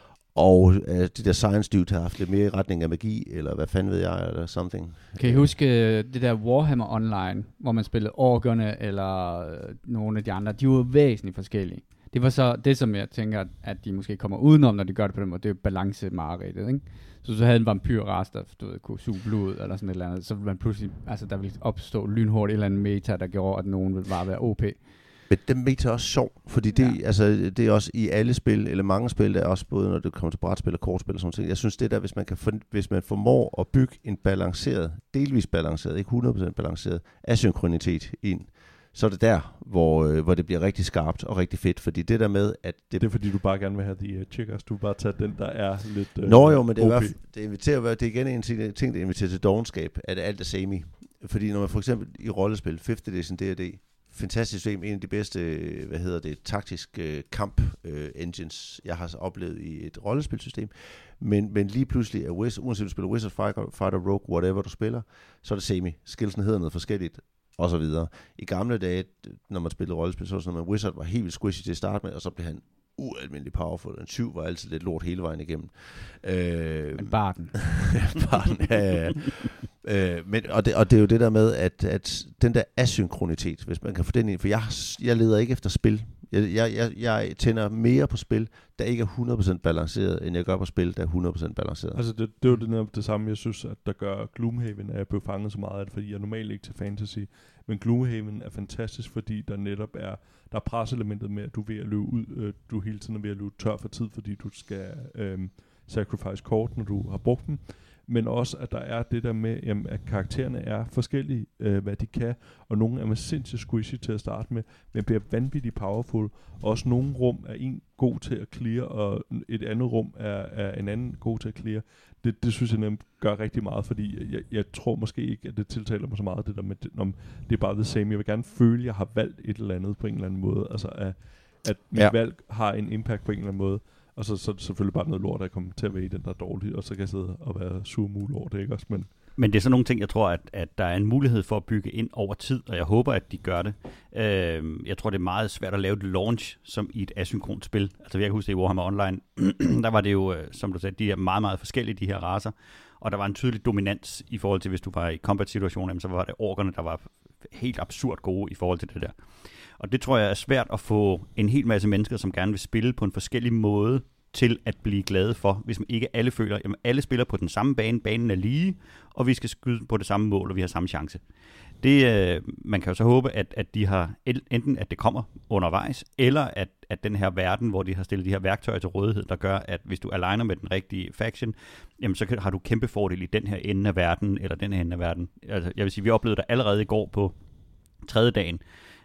Og uh, de der science dude har haft lidt mere i retning af magi, eller hvad fanden ved jeg, eller something. Kan I huske det der Warhammer Online, hvor man spillede orkerne, eller øh, nogle af de andre? De var væsentligt forskellige. Det var så det, som jeg tænker, at de måske kommer udenom, når de gør det på den måde. Det er jo balance-mareridtet, ikke? Så så havde en vampyrrace, der du ved, kunne suge blod, eller sådan et eller andet. Så ville man pludselig, altså der ville opstå lynhurtigt et eller andet meta, der gjorde, at nogen ville bare være O P. Men den meta er også sjov, fordi det, ja. altså, det er også i alle spil, eller mange spil, der er også både når det kommer til brætspil og kortspil og sådan noget. Jeg synes det der, hvis man, kan for, hvis man formår at bygge en balanceret, delvis balanceret, ikke hundrede procent balanceret, asynkronitet ind, så er det der, hvor, øh, hvor det bliver rigtig skarpt og rigtig fedt, fordi det der med, at... Det, det er fordi, du bare gerne vil have de uh, chickers, du vil bare tage den, der er lidt uh, Nå jo, men det er, hvert, det inviterer, det er igen en ting, der inviterer til dovenskab, at alt er semi. Fordi når man for eksempel i rollespil, femte edition D og D, fantastisk system, en af de bedste, hvad hedder det, taktisk uh, kamp uh, engines, jeg har oplevet i et rollespilsystem, men, men lige pludselig er Wizard, uanset du spiller Wizard, Fighter, Fighter, Rogue, whatever du spiller, så er det semi. Skillsen hedder noget forskelligt, og så videre. I gamle dage, når man spillede rollespil, så var det sådan, at Wizard var helt vildt squishy til at starte med, og så blev han ualmindelig powerful. En syv var altid lidt lort hele vejen igennem. Øh, men Barden. ja, Barden, ja, ja. øh, men, og, det, og det er jo det der med, at, at den der asynkronitet, hvis man kan få den ind, for jeg, jeg leder ikke efter spil. Jeg, jeg, jeg, jeg tænder mere på spil, der ikke er hundrede procent balanceret, end jeg gør på spil, der er hundrede procent balanceret. Altså det, det er jo det, det samme, jeg synes, at der gør Gloomhaven, at jeg blev fanget så meget af det, fordi jeg er normalt ikke til fantasy. Men Gloomhaven er fantastisk, fordi der netop er, der er preselementet med, at du er ved at løbe ud, øh, du er hele tiden er ved at løbe tør for tid, fordi du skal øh, sacrifice kort, når du har brugt dem. Men også, at der er det der med, jamen, at karaktererne er forskellige, øh, hvad de kan, og nogle er man sindssygt squishy til at starte med, men bliver vanvittigt powerful. Også nogle rum er en god til at clear, og et andet rum er, er en anden god til at clear. Det, det synes jeg nemt gør rigtig meget, fordi jeg, jeg tror måske ikke, at det tiltaler mig så meget, det der med, det, om det er bare det same. Jeg vil gerne føle, at jeg har valgt et eller andet på en eller anden måde, altså at, at mit ja. valg har en impact på en eller anden måde. Og så, så er det selvfølgelig bare noget lort, der kommer til at være i den, der er dårlig, og så kan jeg sidde og være sur mul over det, ikke også? Men, Men det er sådan nogle ting, jeg tror, at, at der er en mulighed for at bygge ind over tid, og jeg håber, at de gør det. Øh, jeg tror, det er meget svært at lave et launch som i et asynkront spil. Altså, jeg kan huske det i Warhammer Online, der var det jo, som du sagde, de er meget, meget forskellige, de her racer, og der var en tydelig dominans i forhold til, hvis du var i combat-situationen, så var det orkerne, der var helt absurd gode i forhold til det der. Og det tror jeg er svært at få en hel masse mennesker, som gerne vil spille på en forskellig måde, til at blive glade for, hvis man ikke alle føler, at alle spiller på den samme bane, banen er lige, og vi skal skyde på det samme mål, og vi har samme chance. Det, øh, man kan jo så håbe, at, at de har enten, at det kommer undervejs, eller at, at den her verden, hvor de har stillet de her værktøjer til rådighed, der gør, at hvis du aligner med den rigtige faction, jamen så har du kæmpe fordel i den her ende af verden, eller den her ende af verden. Altså, jeg vil sige, vi oplevede det allerede i går på tredje dagen,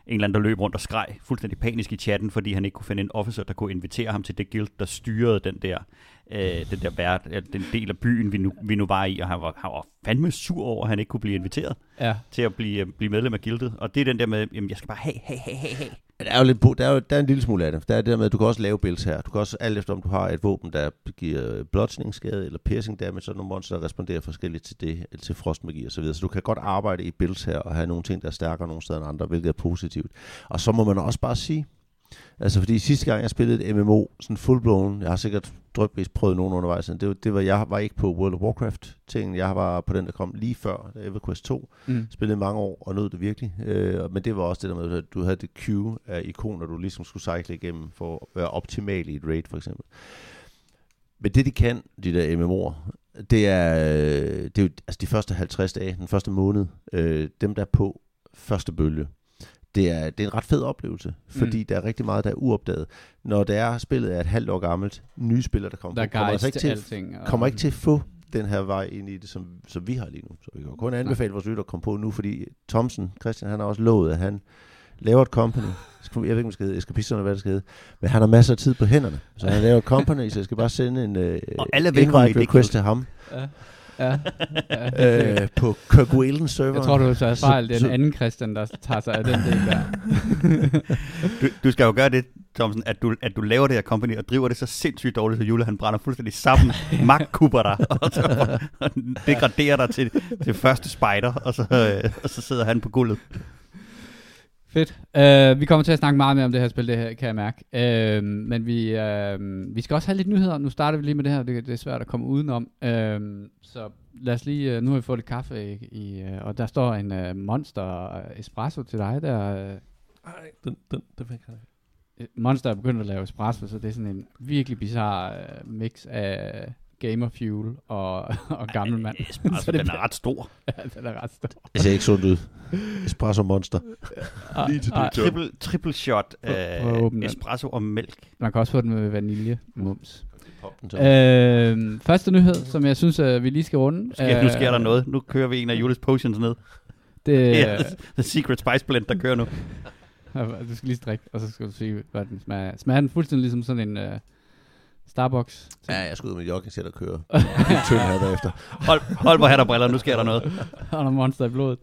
eller anden, der løb rundt og skreg fuldstændig panisk i chatten, fordi han ikke kunne finde en officer, der kunne invitere ham til det guild, der styrede den der, øh, den der vært, den del af byen, vi nu, vi nu var i, og han var, han var fandme sur over, at han ikke kunne blive inviteret ja. til at blive, blive medlem af guildet. Og det er den der med, jamen jeg skal bare have, have, have, have, have. Der er jo lidt på, der er, jo, der er en lille smule af det. Der er det der med, at du kan også lave builds her. Du kan også, alt efter om du har et våben, der giver bludgeoning-skade eller piercing damage, så er nogle monster, der responderer forskelligt til det, eller til frostmagi og så videre. Så du kan godt arbejde i builds her og have nogle ting, der er stærkere nogle steder end andre, hvilket er positivt. Og så må man også bare sige, altså fordi sidste gang jeg spillede et M M O, sådan fullblown, jeg har sikkert drøbvis prøvet nogen undervejs, det, var, det var, jeg var ikke på World of Warcraft-tingen, jeg var på den, der kom lige før, EverQuest to, mm. spillede mange år og nød det virkelig, øh, men det var også det der med, at du havde det queue af ikoner, du ligesom skulle cykle igennem for at være optimal i et raid for eksempel. Men det de kan, de der M M O'er, det er, det er jo altså de første halvtreds dage, den første måned, øh, dem der er på første bølge. Det er, det er en ret fed oplevelse, fordi mm. der er rigtig meget, der er uopdaget. Når det er spillet er et halvt år gammelt, nye spillere, der kommer, der kommer, altså ikke til, alting, og... kommer ikke til at få den her vej ind i det, som, som vi har lige nu. Så vi kan kun anbefale vores lytter at komme på nu, fordi Thomsen, Christian, han har også lovet, at han laver et company. Jeg ved ikke, om det skal hedde Eskapisterne, hvad det skal hedde. Men han har masser af tid på hænderne. Så han laver et company, så jeg skal bare sende en uh, invite request til ham. Ja. Ja, ja. Øh, på Kerguelen server. Jeg tror, du har taget fejl. Det er en anden Christian, der tager sig af den del der. du, du skal jo gøre det, Thomsen, at du, at du laver det her company og driver det så sindssygt dårligt, så Jule han brænder fuldstændig sammen, magtkubber dig, og, så, og degraderer dig til, til første spider, og så, øh, og så sidder han på gulvet. Fedt. Uh, vi kommer til at snakke meget mere om det her spil, det her kan jeg mærke. Uh, men vi, uh, vi skal også have lidt nyheder. Nu starter vi lige med det her. Det, det er svært at komme udenom. Uh, så lad os lige... Uh, nu har vi fået lidt kaffe, i, i, uh, og der står en uh, Monster Espresso til dig der. Nej, den, den, den fik jeg ikke. Monster er begyndt at lave espresso, så det er sådan en virkelig bizarre uh, mix af gamer fuel og, og gammel mand. Espresso, den er ret stor. Ja, den er ret stor. Det ser ikke sundt ud. Espresso Monster. Lige til det. Triple, triple shot af espresso og mælk. Man kan også få den med vanilje. Mums. Øh, første nyhed, som jeg synes, at vi lige skal runde. Sker, nu sker der noget. Nu kører vi en af Jules Potions ned. Det er The Secret Spice Blend, der kører nu. Du skal lige strikke, og så skal du se, hvad den smager. Smager den fuldstændig ligesom sådan en... Uh, Starbucks. Ja, jeg skal ud med jogging-sæt og køre. Tynd her bagefter. Hold, hold på hat og briller, nu sker der noget. Og der monster i blodet.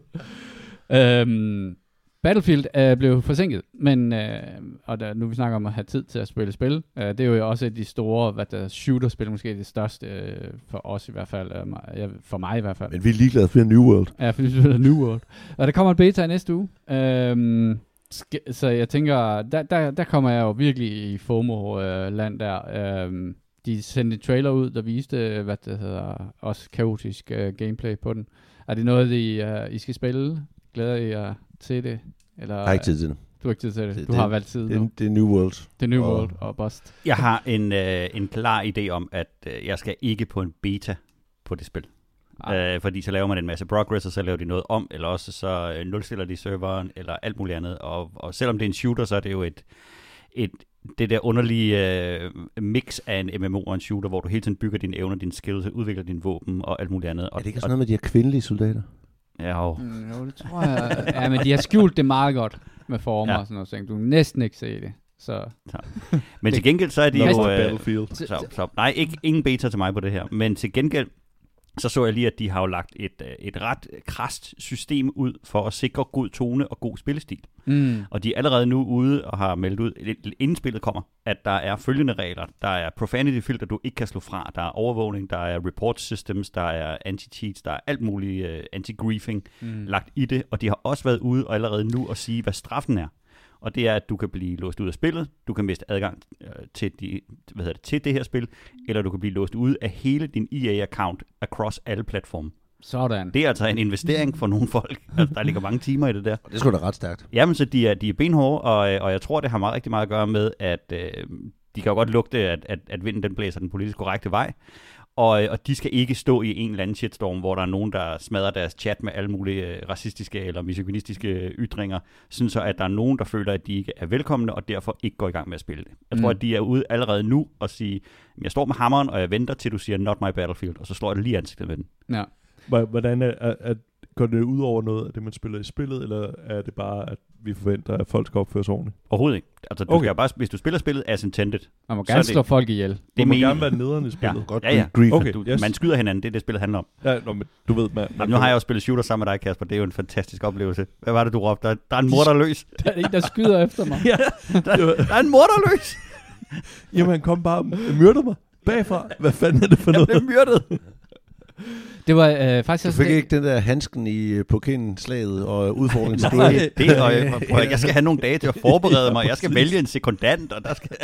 Øhm, Battlefield er blevet forsinket, men øh, og der, nu vi snakker om at have tid til at spille spil, øh, det er jo også et af de store, hvad der shooter-spil, måske det største øh, for os i hvert fald, øh, for mig i hvert fald. Men vi er ligeglade for New World. Ja, for vi spiller New World. Og der kommer en beta i næste uge. Øhm, Så jeg tænker, der, der, der kommer jeg jo virkelig i FOMO-land der. Øhm, de sendte en trailer ud, der viste, hvad det hedder, også kaotisk uh, gameplay på den. Er det noget, I, uh, I skal spille? Glæder I jer til det? Eller, jeg har ikke tid til det. Du har ikke tid til det? det du det, har valgt tid det, nu? Det er New World. Det er New og World og Bust. Jeg har en, øh, en klar idé om, at øh, jeg skal ikke på en beta på det spil. Øh, fordi så laver man en masse progress, og så laver de noget om, eller også så øh, nulstiller de serveren, eller alt muligt andet. Og, og selvom det er en shooter, så er det jo et, et det der underlige øh, mix af en M M O og en shooter, hvor du hele tiden bygger dine evner, dine skills, udvikler dine våben og alt muligt andet. Og, er det ikke sådan noget med de her kvindelige soldater? Ja, jo. Mm, jo, det tror jeg. Ja, men de har skjult det meget godt med former ja. Og sådan noget, så du kan næsten ikke se det. Så. Så. Men til gengæld så er de jo... Øh, Battlefield. Så, så, nej, ikke, ingen beta til mig på det her. Men til gengæld så så jeg lige, at de har jo lagt et, et ret krast system ud for at sikre god tone og god spillestil. Mm. Og de er allerede nu ude og har meldt ud, inden spillet kommer, at der er følgende regler. Der er profanity-filter, du ikke kan slå fra. Der er overvågning, der er report systems, der er anti-cheats, der er alt muligt uh, anti-griefing mm. lagt i det. Og de har også været ude og allerede nu at sige, hvad straffen er. Og det er, at du kan blive låst ud af spillet, du kan miste adgang øh, til, de, hvad hedder det, til det her spil, eller du kan blive låst ud af hele din E A-account across alle platforme. Sådan. Det er altså en investering for nogle folk. Altså, der ligger mange timer i det der. Det er sgu da ret stærkt. Jamen, så de er, de er benhårde, og, og jeg tror, det har meget, rigtig meget at gøre med, at øh, de kan jo godt lugte, at, at, at vinden den blæser den politisk korrekte vej. Og, og de skal ikke stå i en eller anden shitstorm, hvor der er nogen, der smadrer deres chat med alle mulige racistiske eller misogynistiske ytringer, sådan så at der er nogen, der føler, at de ikke er velkomne, og derfor ikke går i gang med at spille det. Jeg tror, mm. at de er ude allerede nu og sige, jeg står med hammeren, og jeg venter til du siger, not my battlefield, og så slår jeg det lige ansigtet med den. Ja. Hvordan er, er, går det ud over noget af det, man spiller i spillet, eller er det bare, at vi forventer, at folk skal opføre sig ordentligt? Overhovedet ikke. Altså, du okay. skal bare, hvis du spiller spillet as intended, man må gerne slå folk ihjel. Det må gerne være nederen i spillet. Ja, godt. ja, ja. Okay, du, yes. Man skyder hinanden, det er det, spillet handler om. Ja, nå, men du ved, man... Jamen, nu har jeg jo spillet shooter sammen med dig, Kasper. Det er jo en fantastisk oplevelse. Hvad var det, du råbte? Der, der er en morder løs. Der er en, der skyder efter mig. Ja, der, der er en morder løs. Jamen, han kom bare og myrdede mig bagfra. Hvad fanden er det for noget? Jeg blev myrdet. Det var øh, faktisk... Du fik det... ikke den der handsken i på slaget og udfordringen til Nej, det og jeg, jeg skal have nogle dage til at forberede mig. Jeg skal vælge en sekundant, og der skal...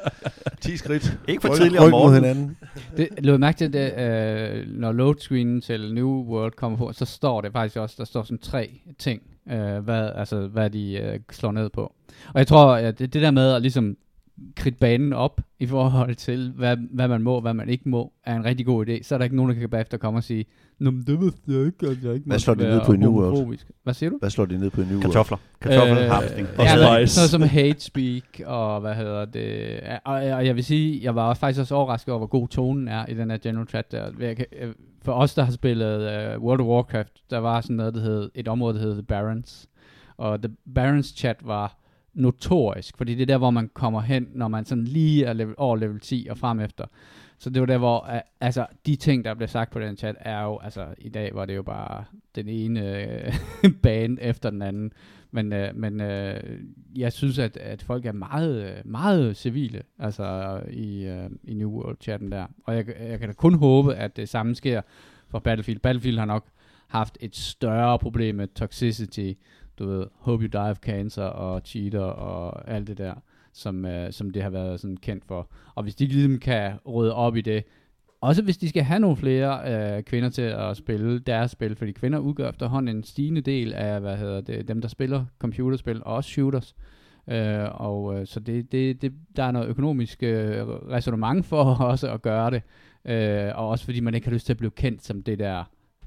ti skridt. Ikke for tidligere om morgenen. Det lød mærke til, det, øh, når loadscreenen til New World kommer på, så står det faktisk også, der står sådan tre ting, øh, hvad, altså, hvad de øh, slår ned på. Og jeg tror, at det, det der med at ligesom kridte banen op i forhold til, hvad, hvad man må og hvad man ikke må, er en rigtig god idé. Så er der ikke nogen, der kan bagefter komme og sige, nå, men det ved jeg ikke, at jeg ikke hvad slår de ned på i New World? Hvad siger du? Hvad slår de ned på i New World? Kartofler. Kartofler, øh, harvesting. Og ja, noget som hate speak, og hvad hedder det. Og, og jeg vil sige, jeg var faktisk også overrasket over, hvor god tonen er i den her general chat der. For os, der har spillet uh, World of Warcraft, der var sådan noget, der hed, et område, der hed The Barrens. Og The Barrens chat var notorisk, fordi det er der, hvor man kommer hen, når man sådan lige er level, over level ti og frem efter. Så det var der, hvor uh, altså, de ting, der blev sagt på den chat, er jo, altså i dag var det jo bare den ene uh, bane efter den anden. Men, uh, men uh, jeg synes, at, at folk er meget, meget civile, altså i, uh, i New World-chatten der. Og jeg, jeg kan da kun håbe, at det samme sker for Battlefield. Battlefield har nok haft et større problem med toxicity, du ved, hope you die of cancer og cheater og alt det der, som, øh, som det har været sådan kendt for. Og hvis de ligesom kan rydde op i det, også hvis de skal have nogle flere øh, kvinder til at spille deres spil, fordi kvinder udgør efterhånden en stigende del af, hvad hedder det, dem der spiller computerspil og også shooters. Øh, og øh, så det, det, det, der er noget økonomisk øh, ræsonnement for også at gøre det, øh, og også fordi man ikke har lyst til at blive kendt som det der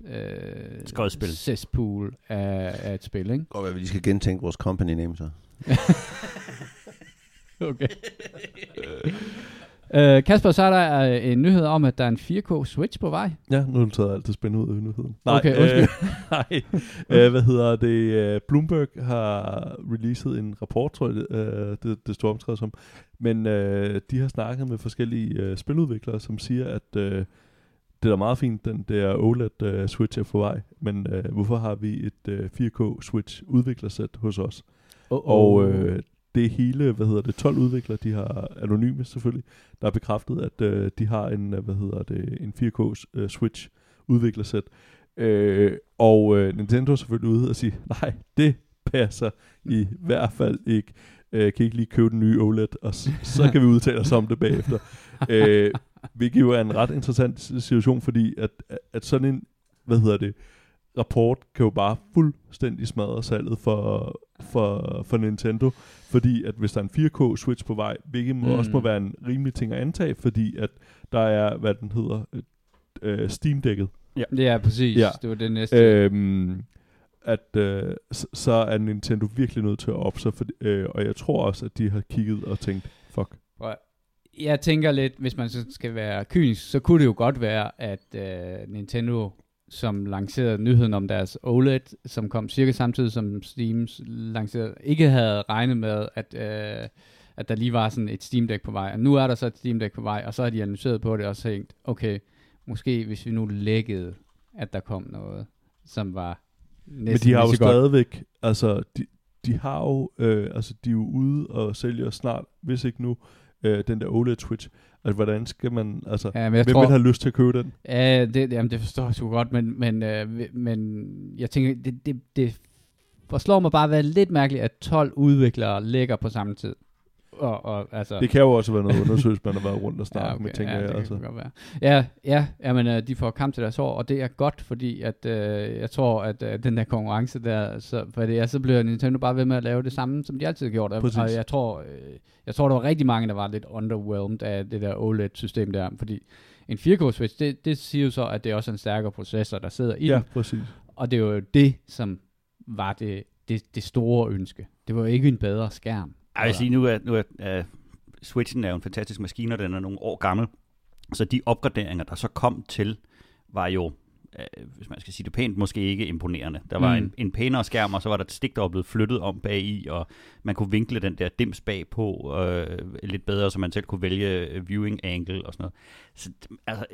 Øh, cesspool af, af et spil, ikke? Godt være, vi skal gentænke vores company name så. Okay. øh, Kasper, så er der øh, en nyhed om, at der er en fire K Switch på vej. Ja, nu er det taget alt det spændende ud af nyheden. Nej, okay, undskyld. Øh, nej. øh, hvad hedder det? Bloomberg har releaset en rapport, tror jeg, øh, det, det står omskrevet som. Men øh, de har snakket med forskellige øh, spiludviklere, som siger, at øh, det er da meget fint, den der O L E D-switch uh, er på vej, men uh, hvorfor har vi et uh, fire K Switch udviklersæt hos os? Uh-oh. Og uh, det er hele, hvad hedder det, tolv udviklere, de har anonyme selvfølgelig, der har bekræftet, at uh, de har en, uh, hvad hedder det, en fire K uh, Switch udviklersæt. Uh, og uh, Nintendo er selvfølgelig ude og sige, nej, det passer i hvert fald ikke. Uh, kan ikke lige købe den nye O L E D, og s- så kan vi udtale os om det bagefter. Uh, Hvilket jo er en ret interessant situation, fordi at, at sådan en, hvad hedder det, rapport kan jo bare fuldstændig smadre salget for, for, for Nintendo, fordi at hvis der er en fire K Switch på vej, hvilket må mm. også må være en rimelig ting at antage, fordi at der er, hvad den hedder, øh, Steam-dækket. Ja, det er præcis. Ja. Det var det næste. Øhm, at øh, så, så er Nintendo virkelig nødt til at op sig, for, øh, og jeg tror også, at de har kigget og tænkt, fuck. Jeg tænker lidt, hvis man skal være kynisk, så kunne det jo godt være, at øh, Nintendo, som lancerede nyheden om deres O L E D, som kom cirka samtidig som Steam lancerede, ikke havde regnet med, at, øh, at der lige var sådan et Steam Deck på vej. Og nu er der så et Steam Deck på vej, og så har de analyseret på det og tænkt, okay, måske hvis vi nu lækkede, at der kom noget, som var næsten. Men de har jo stadigvæk, altså de, de har jo, øh, altså de er jo ude og sælger snart, hvis ikke nu, Øh, den der O L E D-switch. Altså, hvordan skal man, altså, ja, hvem tror, vil have lyst til at købe den? Ja, det, jamen, det forstår jeg sgu godt, men, men, øh, men jeg tænker, det, det, det forslår mig bare at være lidt mærkeligt, at tolv udviklere ligger på samme tid. Og, og, altså, det kan jo også være noget undersøgelse, man har været rundt og snakket ja, okay, med, tænker ja, jeg. Det altså. kan godt være. Ja, ja, jamen, øh, de får kamp til deres år, og det er godt, fordi at, øh, jeg tror, at øh, den der konkurrence der, så, for det er, så bliver Nintendo bare ved med at lave det samme, som de altid har gjort. Præcis. Og jeg tror, øh, jeg tror, der var rigtig mange, der var lidt underwhelmed af det der O L E D-system der, fordi en fire K Switch, det, det siger jo så, at det er også en stærkere processor, der sidder i ja, den. Præcis. Og det var jo det, som var det, det, det store ønske. Det var jo ikke en bedre skærm. Jeg vil sige, nu er, nu er uh, Switchen er jo en fantastisk maskine, og den er nogle år gammel. Så de opgraderinger, der så kom til, var jo øh, hvis man skal sige det pænt, måske ikke imponerende. Der var mm. en, en pænere skærm, og så var der et stik, der var blevet flyttet om bag i, og man kunne vinkle den der dims bagpå øh, lidt bedre, så man selv kunne vælge viewing angle og sådan noget. Så, altså,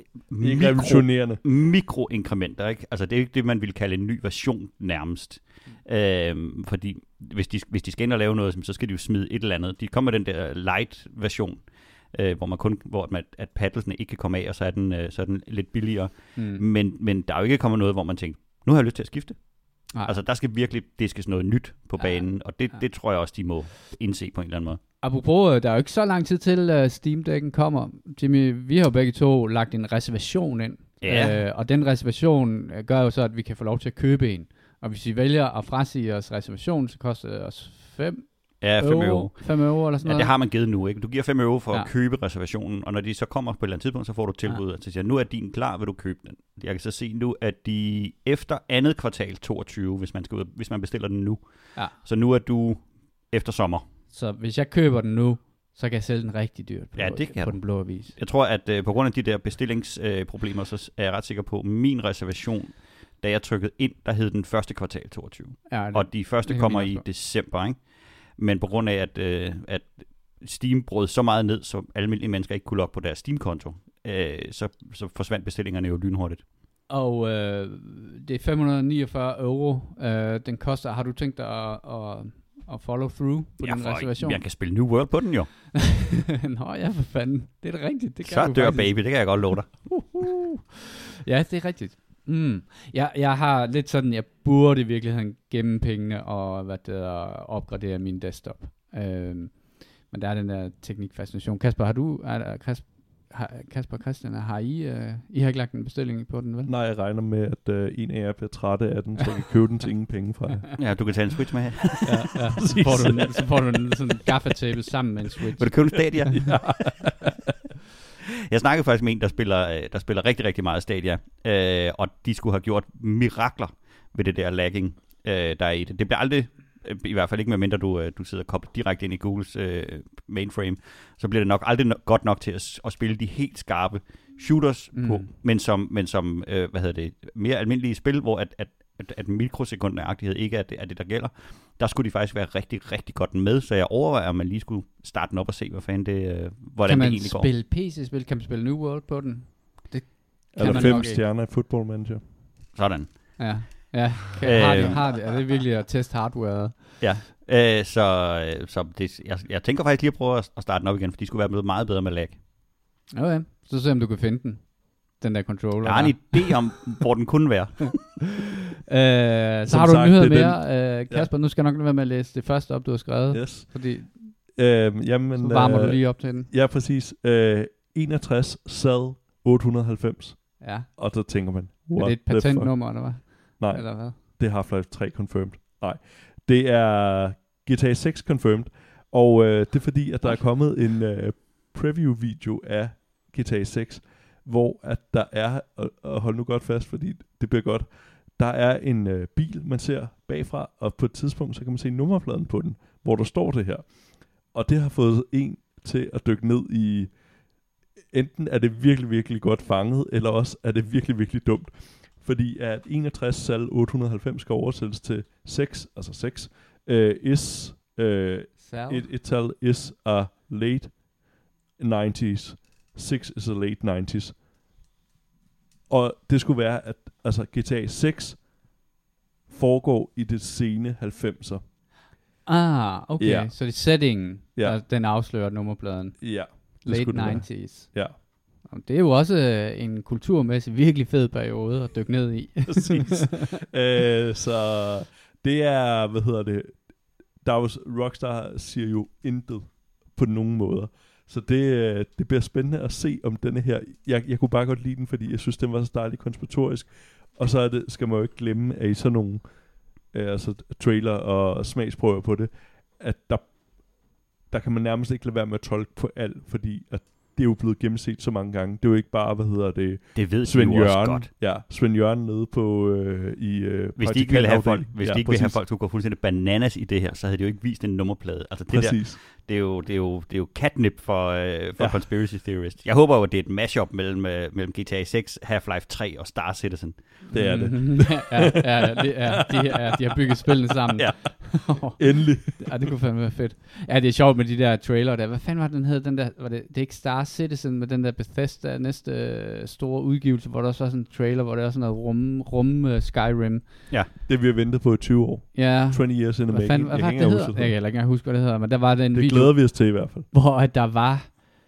mikro, mikroinkrementer, ikke? Altså, det er ikke det, man ville kalde en ny version nærmest. Mm. Øhm, fordi hvis de, hvis de skal ind og lave noget, så skal de jo smide et eller andet. De kommer med den der light-version, øh, hvor man kun, hvor man, at paddlesene ikke kan komme af, og så er den, øh, så er den lidt billigere. Mm. Men, men der er jo ikke kommet noget, hvor man tænker, nu har jeg lyst til at skifte. Nej. Altså, der skal virkelig diskes noget nyt på banen, ja. og det, ja. det tror jeg også, de må indse på en eller anden måde. Apropos, der er jo ikke så lang tid til, uh, Steam Deck'en kommer. Jimmy, vi har jo begge to lagt en reservation ind, ja. uh, og den reservation gør jo så, at vi kan få lov til at købe en. Og hvis vi vælger at frasige os reservationen, så koster det os fem Ja, fem euro. fem euro eller sådan noget. Ja, det har man givet nu, ikke? Du giver fem euro for ja. at købe reservationen, og når de så kommer på et eller andet tidspunkt, så får du tilbud, ja. til siger, nu er din klar, vil du købe den? Jeg kan så se nu, at de efter andet kvartal toogtyve, hvis man, skal ud, hvis man bestiller den nu. Ja. Så nu er du efter sommer. Så hvis jeg køber den nu, så kan jeg sælge den rigtig dyrt på, ja, det kan på du. Den blå avis. Jeg tror, at uh, på grund af de der bestillingsproblemer, uh, så er jeg ret sikker på, at min reservation, da jeg trykkede ind, der hed den første kvartal toogtyve. Ja, det, og de første kommer i december, ikke? Men på grund af, at, øh, at Steam brød så meget ned, så almindelige mennesker ikke kunne logge på deres Steam-konto, øh, så, så forsvandt bestillingerne jo lynhurtigt. Og øh, det er fem hundrede og niogfyrre euro, øh, den koster. Har du tænkt dig at, at, at follow through på ja, din reservation? Jeg kan spille New World på den jo. Nå ja, for fanden. Det er da rigtigt. Det kan så dør baby, det kan jeg godt love dig. Uh-huh. Ja, det er rigtigt. Mm. Jeg, jeg har lidt sådan, jeg burde i virkeligheden gemme pengene og hvad det er, opgradere min desktop. Øhm, men der er den der teknikfascination. Kasper, har du, er der, Kasper, har, Kasper og Christian, har I, uh, I har ikke lagt en bestilling på den, vel? Nej, jeg regner med, at uh, en af jer bliver trætte af den, så jeg kan købe den til ingen penge fra jer. Ja, du kan tage en Switch med her. ja, ja. Så, får du en, så får du en sådan gaffatapet sammen med en Switch. Vil du købe en Stadia? Ja. Jeg snakkede faktisk med en, der spiller, der spiller rigtig, rigtig meget Stadia, øh, og de skulle have gjort mirakler ved det der lagging, øh, der er i det. Det bliver aldrig, i hvert fald ikke medmindre du, du sidder koblet direkte ind i Googles øh, mainframe, så bliver det nok aldrig no- godt nok til at, at spille de helt skarpe shooters mm. på, men som, men som øh, hvad hedder det, mere almindelige spil, hvor at, at, at, at mikrosekundnøjagtighed ikke er det, er det, der gælder. Der skulle de faktisk være rigtig, rigtig godt med, så jeg overvejer, om man lige skulle starte den op og se, hvad fanden det, øh, hvordan det egentlig går. Kan man spille P C-spil? Kan man spille New World på den? Det kan er der fem stjerner i Football Manager? Sådan. Ja, ja. Kan, øh, har det, har det, er det virkelig at teste hardware? Ja, øh, så, så det, jeg, jeg tænker faktisk lige at prøve at starte den op igen, for de skulle være blevet meget bedre med lag. Okay, så se om du kan finde den. Den der controller. Jeg har en idé om, hvor den kunne være. øh, så har du sagt, nyheder mere. Øh, Kasper, ja. Nu skal jeg nok være med at læse det første op, du har skrevet. Yes. Fordi øh, jamen, så varmer øh, du lige op til den. Ja, præcis. Øh, enogtres sad otte hundrede og halvfems. Ja. Og så tænker man, what er det et patentnummer, eller hvad? Nej, eller hvad? det er Half-Life tre confirmed. Nej, det er G T A seks confirmed. Og øh, det er fordi, at der er kommet en øh, preview-video af G T A seks, hvor at der er, og, og hold nu godt fast, fordi det bliver godt, der er en øh, bil, man ser bagfra, og på et tidspunkt, så kan man se nummerpladen på den, hvor der står det her. Og det har fået en til at dykke ned i, enten er det virkelig, virkelig godt fanget, eller også er det virkelig, virkelig dumt. Fordi at enogtres sal otte hundrede og halvfems skal oversættes til seks, altså seks, uh, is, uh, et, et tal is a late nineties. six is a late nineties. Og det skulle være, at altså, G T A seks foregår i det sene halvfemser. Ah, okay. Ja. Så det er settingen, ja. der, den afslører nummerpladen. Ja. Late nineties. Ja. Det er jo også en kulturmæssigt virkelig fed periode at dykke ned i. Præcis. øh, så det er, hvad hedder det, der er jo, Rockstar siger jo intet på nogen måder. Så det, det bliver spændende at se om denne her, jeg, jeg kunne bare godt lide den, fordi jeg synes, den var så dejligt konspiratorisk. Og så er det, skal man jo ikke glemme, at i sådan nogle øh, altså trailer og smagsprøver på det, at der, der kan man nærmest ikke lade være med at tolke på alt, fordi at det er jo blevet gennemset så mange gange. Det er jo ikke bare, hvad hedder det, det ved Svend Jørgen, også godt. Ja, Svend Jørgen nede på øh, i øh, hvis de ikke ville have folk, hvis ja, de ikke ville have folk skulle gå fuldstændig bananas i det her, så havde de jo ikke vist en nummerplade. Altså det der, det er jo, det er jo, det er jo catnip for, øh, for ja. conspiracy theorists. Jeg håber jo, at det er et mashup mellem, øh, mellem G T A seks, Half-Life tre og Star Citizen. Det er det. ja, ja, det er, de, er, de har bygget spillene sammen. Ja. Endelig. Ja, det kunne fandme være fedt. Ja, det er sjovt med de der trailer der. Hvad fanden var den hed? Den der, var det, det er ikke Star Citizen, men den der Bethesda næste øh, store udgivelse, hvor der også var sådan en trailer, hvor der er sådan noget rum, rum uh, Skyrim. Ja. Det vi har ventet på i tyve år. Ja. tyve years in the making. Fanden, hvad jeg var kan det ikke hedder? Jeg kan heller ikke engang huske, hvad det hedder, men der var den det video. Det glæder vi os til i hvert fald. Hvor at der var,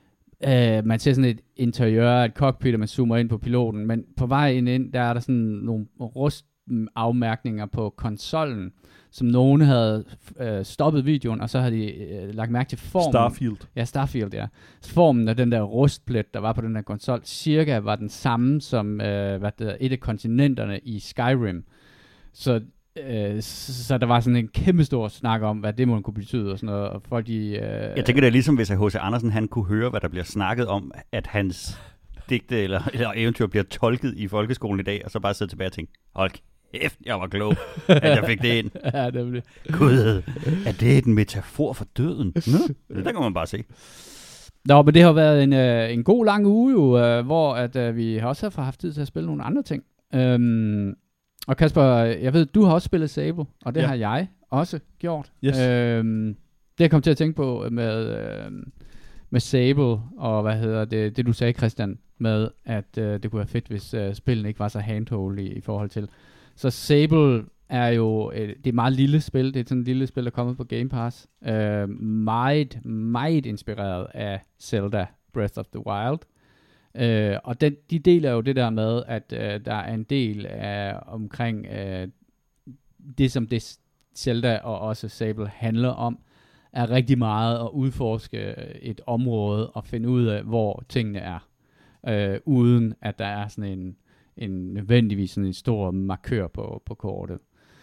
øh, man ser sådan et interiør af et cockpit, og man zoomer ind på piloten, men på vej ind, ind der er der sådan nogle rustafmærkninger på konsollen, som nogen havde øh, stoppet videoen, og så havde de øh, lagt mærke til formen. Starfield. Ja, Starfield, ja. Formen af den der rustplet, der var på den der konsol, cirka var den samme som øh, hvad det er, et af kontinenterne i Skyrim. Så, øh, så, så der var sådan en kæmpe stor snak om, hvad det må kunne betyde og sådan noget. Og folk, de, øh, jeg tænker, det er ligesom, hvis H C Andersen han kunne høre, hvad der bliver snakket om, at hans digte eller, eller eventyr bliver tolket i folkeskolen i dag, og så bare sidde tilbage og tænke, hold kæft, jeg var klog, at jeg fik det ind. Ja, det blev. Gud, er det en metafor for døden? Nå, det kan man bare se. Nå, men det har været en, øh, en god lang uge jo, øh, hvor at, øh, vi også har haft tid til at spille nogle andre ting. Øhm, og Kasper, jeg ved, du har også spillet Sable, og det ja. har jeg også gjort. Yes. Øhm, det jeg kom til at tænke på med, øh, med Sable, og hvad hedder det, det du sagde, Christian, med at øh, det kunne være fedt, hvis øh, spillene ikke var så handhold i, i forhold til. Så Sable er jo et, det er et meget lille spil. Det er sådan et lille spil, der er kommet på Game Pass. Øh, meget, meget inspireret af Zelda Breath of the Wild. Øh, og den, de deler jo det der med, at øh, der er en del af omkring øh, det, som det Zelda og også Sable handler om, er rigtig meget at udforske et område og finde ud af, hvor tingene er. Øh, uden at der er sådan en, en nødvendigvis sådan en stor markør på, på kortet.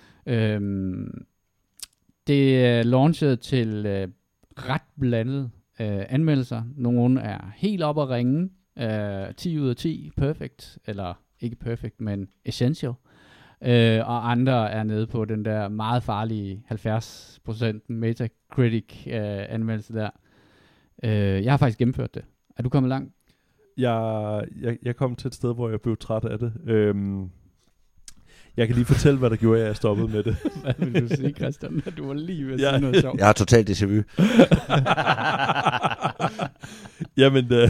Øhm, det er launchet til øh, ret blandede øh, anmeldelser. Nogle er helt op at ringe. Øh, ti ud af ti, perfect. Eller ikke perfect, men essential. Øh, og andre er nede på den der meget farlige halvfjerds procent Metacritic øh, anmeldelse der. Øh, jeg har faktisk gennemført det. Er du kommet langt? Jeg, jeg, jeg kom til et sted, hvor jeg blev træt af det. Øhm, jeg kan lige fortælle, hvad der gjorde, at jeg stoppede med det. Hvad vil du sige, Christian? Du var lige ved at sige ja. noget sjovt. Jeg har totalt déjà vu. Jamen, øh,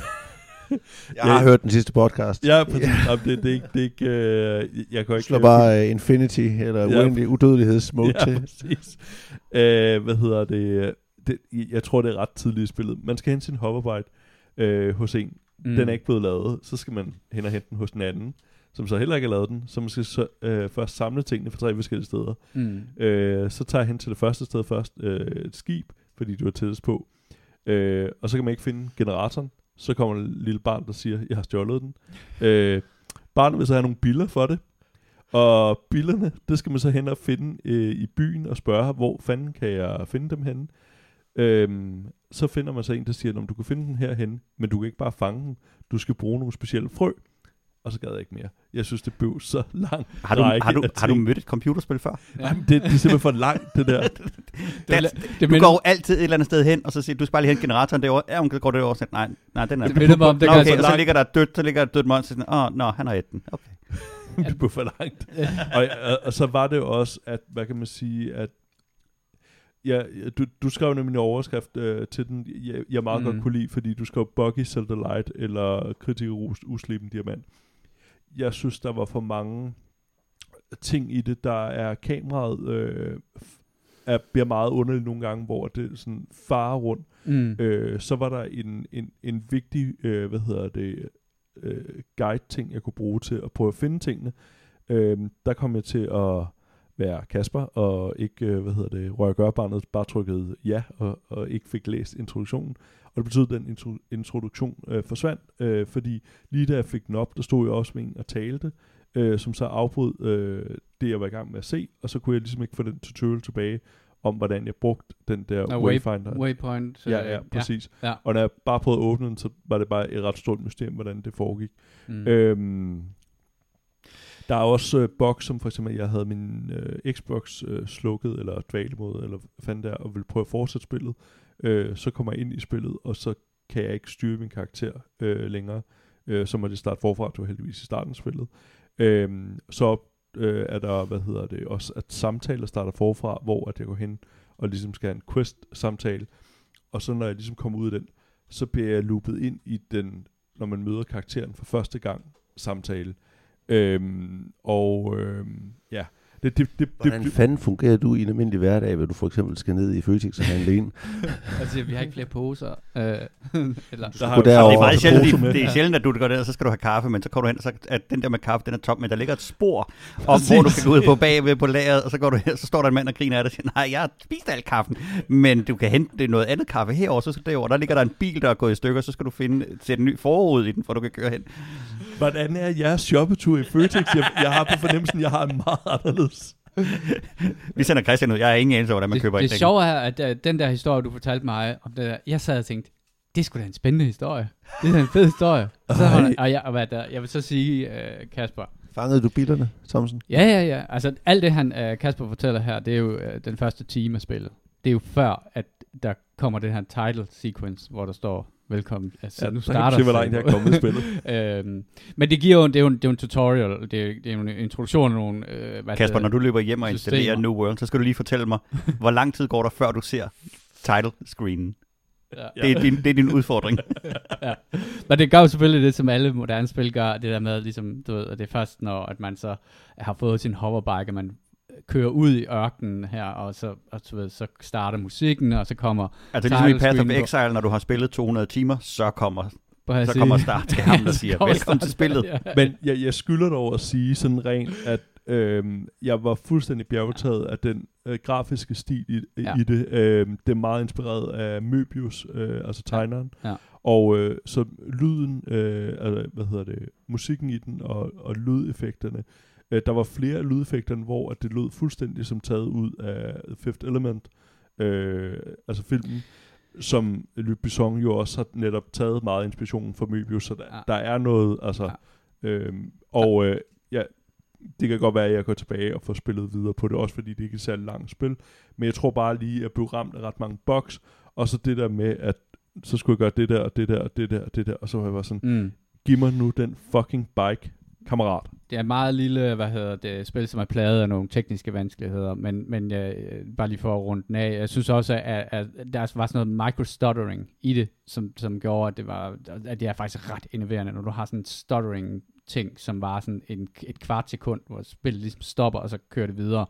jeg har ja, hørt den sidste podcast. Ja, præcis. Ja. Det, det er ikke... Det er ikke øh, jeg kan ikke slå bare uh, Infinity eller ja, uendelig udødelighedsmode ja, til. Præcis. Øh, hvad hedder det? det? Jeg tror, det er ret tidligt i spillet. Man skal hente sin hoverbyte øh, hos en. Mm. Den er ikke blevet lavet. Så skal man hen og hente den hos den anden, som så heller ikke har lavet den. Så man skal så, øh, først samle tingene fra tre forskellige steder. Mm. Øh, så tager jeg hen til det første sted først, øh, et skib, fordi du er tættest på. Øh, og så kan man ikke finde generatoren. Så kommer en lille barn, der siger, jeg har stjålet den. Øh, barnet vil så have nogle biller for det. Og billerne, det skal man så hen og finde øh, i byen og spørge, hvor fanden kan jeg finde dem henne. Øhm, så finder man så en, der siger, du kan finde den herhen, men du kan ikke bare fange den. Du skal bruge nogle specielle frø. Og så gad jeg ikke mere. Jeg synes, det blev så langt. Har du, har du, har du mødt et computerspil før? Ja. Jamen, det, det er simpelthen for langt, det der. det, det, det, du går altid et eller andet sted hen, og så siger du, skal bare lige hente generatoren derovre. Ja, hun går derovre. Så, nej, nej, den er... Det minder mig om, det nå, okay, og så ligger der dødt, så ligger der dødt monster. Åh, oh, nå, han har et den. Okay. det blev for langt. og, og, og så var det jo også, at, hvad kan man sige, at ja, du, du skrev nemlig en overskrift øh, til den, jeg, jeg meget mm. godt kunne lide, fordi du skrev Buggy Zelda Light eller Kritiker Usliben Diamant. Jeg synes, der var for mange ting i det, der er kameraet øh, er, bliver meget underligt nogle gange, hvor det sådan farer rundt. Mm. Øh, så var der en, en, en vigtig, øh, hvad hedder det, øh, guide-ting, jeg kunne bruge til at prøve at finde tingene. Øh, der kom jeg til at være Kasper, og ikke, øh, hvad hedder det, røre gør-barnet, bare trykkede ja, og, og ikke fik læst introduktionen. Og det betød, at den intro- introduktion øh, forsvandt, øh, fordi lige da jeg fik den op, der stod jeg også med en og talte, øh, som så afbrød øh, det, jeg var i gang med at se, og så kunne jeg ligesom ikke få den tutorial tilbage, om hvordan jeg brugte den der no, wayfinder. Waypoint. Ja, ja, præcis. Ja, ja. Og når jeg bare prøvede at åbne den, så var det bare et ret stort mysterium, hvordan det foregik. Mm. Øhm, der er også øh, bugs, som for eksempel, jeg havde min øh, Xbox øh, slukket, eller dvalemode, eller fandt der, og ville prøve at fortsætte spillet. øh, så kommer jeg ind i spillet, og så kan jeg ikke styre min karakter øh, længere. Øh, så må det starte forfra, du er heldigvis i starten af spillet. Øh, så øh, er der, hvad hedder det, også at samtaler starter forfra, hvor at jeg går hen og ligesom skal have en quest-samtale, og så når jeg ligesom kommer ud af den, så bliver jeg loopet ind i den, når man møder karakteren for første gang, samtale. Øhm, og øhm, ja, det, det, det, Hvordan det, fanden fungerer du i en almindelig hverdag, hvor du for eksempel skal ned i Føtex og handle ind? Altså, vi har ikke flere poser. Øh, eller. Der har, det, er meget sjældent, det, det er sjældent, at du går der, og så skal du have kaffe, men så kommer du hen, og så at den der med kaffe, den er tom, men der ligger et spor om, hvor du kan gå ud på bagved på lageret, og så går du her, så står der en mand og griner af dig og siger, nej, jeg har spist al kaffen, men du kan hente noget andet kaffe herover, så skal derover, der ligger der en bil, der er gået i stykker, så skal du finde, sætte en ny forud i den, for du kan køre hen. Hvordan er jeres shoppetur i Føtex? Jeg, jeg har på fornemmelsen, jeg har en meget anderledes. Vi sender Christian ud. Jeg har ingen anelse, hvordan man det, køber det et. Det sjove er, at uh, den der historie, du fortalte mig om det der, jeg sad og tænkte, det skulle da en spændende historie. Det er en fed historie. Og, så, og, og, jeg, og hvad der, jeg vil så sige, uh, Kasper. Fangede du bilerne, Thomsen? Ja, ja, ja. Altså, alt det, han, uh, Kasper fortæller her, det er jo uh, den første time af spillet. Det er jo før, at der kommer den her title sequence, hvor der står, velkommen. Altså, ja, nu starter se, hvor langt jeg er kommet i spillet. øhm, men det giver jo, det er jo, en, det er jo en tutorial, det er, det er jo en introduktion af nogle... Øh, hvad Kasper, når du løber hjem og installerer New World, så skal du lige fortælle mig, hvor lang tid går der, før du ser title-screenen? Ja. Det, er din, det er din udfordring. Ja. Men det gør jo selvfølgelig det, som alle moderne spil gør, det der med, ligesom, du ved, at det er først, når at man så har fået sin hoverbike, at man kører ud i ørkenen her, og så, og så, ved, så starter musikken, og så kommer... Altså ligesom i Path of Exile, når du har spillet to hundrede timer, så kommer, så kommer startskærmen og siger, velkommen til spillet. Ja. Men jeg, jeg skylder dog at sige sådan rent, at øhm, jeg var fuldstændig bjergtaget af den øh, grafiske stil i, ja. i det. Øhm, det er meget inspireret af Möbius, øh, altså tegneren. Ja. Ja. Og øh, så lyden, øh, altså, hvad hedder det, musikken i den, og, og lydeffekterne, der var flere af lydeffekterne, hvor at det lød fuldstændig som taget ud af Fifth Element, øh, altså filmen, som Luc Besson jo også har netop taget meget inspiration fra Möbius, så der, ja. der er noget, altså, ja. øh, og øh, ja, det kan godt være, at jeg går tilbage og får spillet videre på det, også fordi det ikke er et særligt langt spil, men jeg tror bare lige, at jeg blev ramt af ret mange bugs, og så det der med, at så skulle jeg gøre det der, og det der, og det der, og det der, og så var jeg bare sådan, mm. giv mig nu den fucking bike, kammerat. Det er et meget lille, hvad hedder det, spil, som er plaget af nogle tekniske vanskeligheder, men, men øh, bare lige for at runde den af, jeg synes også, at, at der var sådan noget micro-stuttering i det, som, som gjorde, at det, var, at det er faktisk ret innoverende, når du har sådan en stuttering-ting, som var sådan en, et kvart sekund, hvor spillet ligesom stopper, og så kører det videre.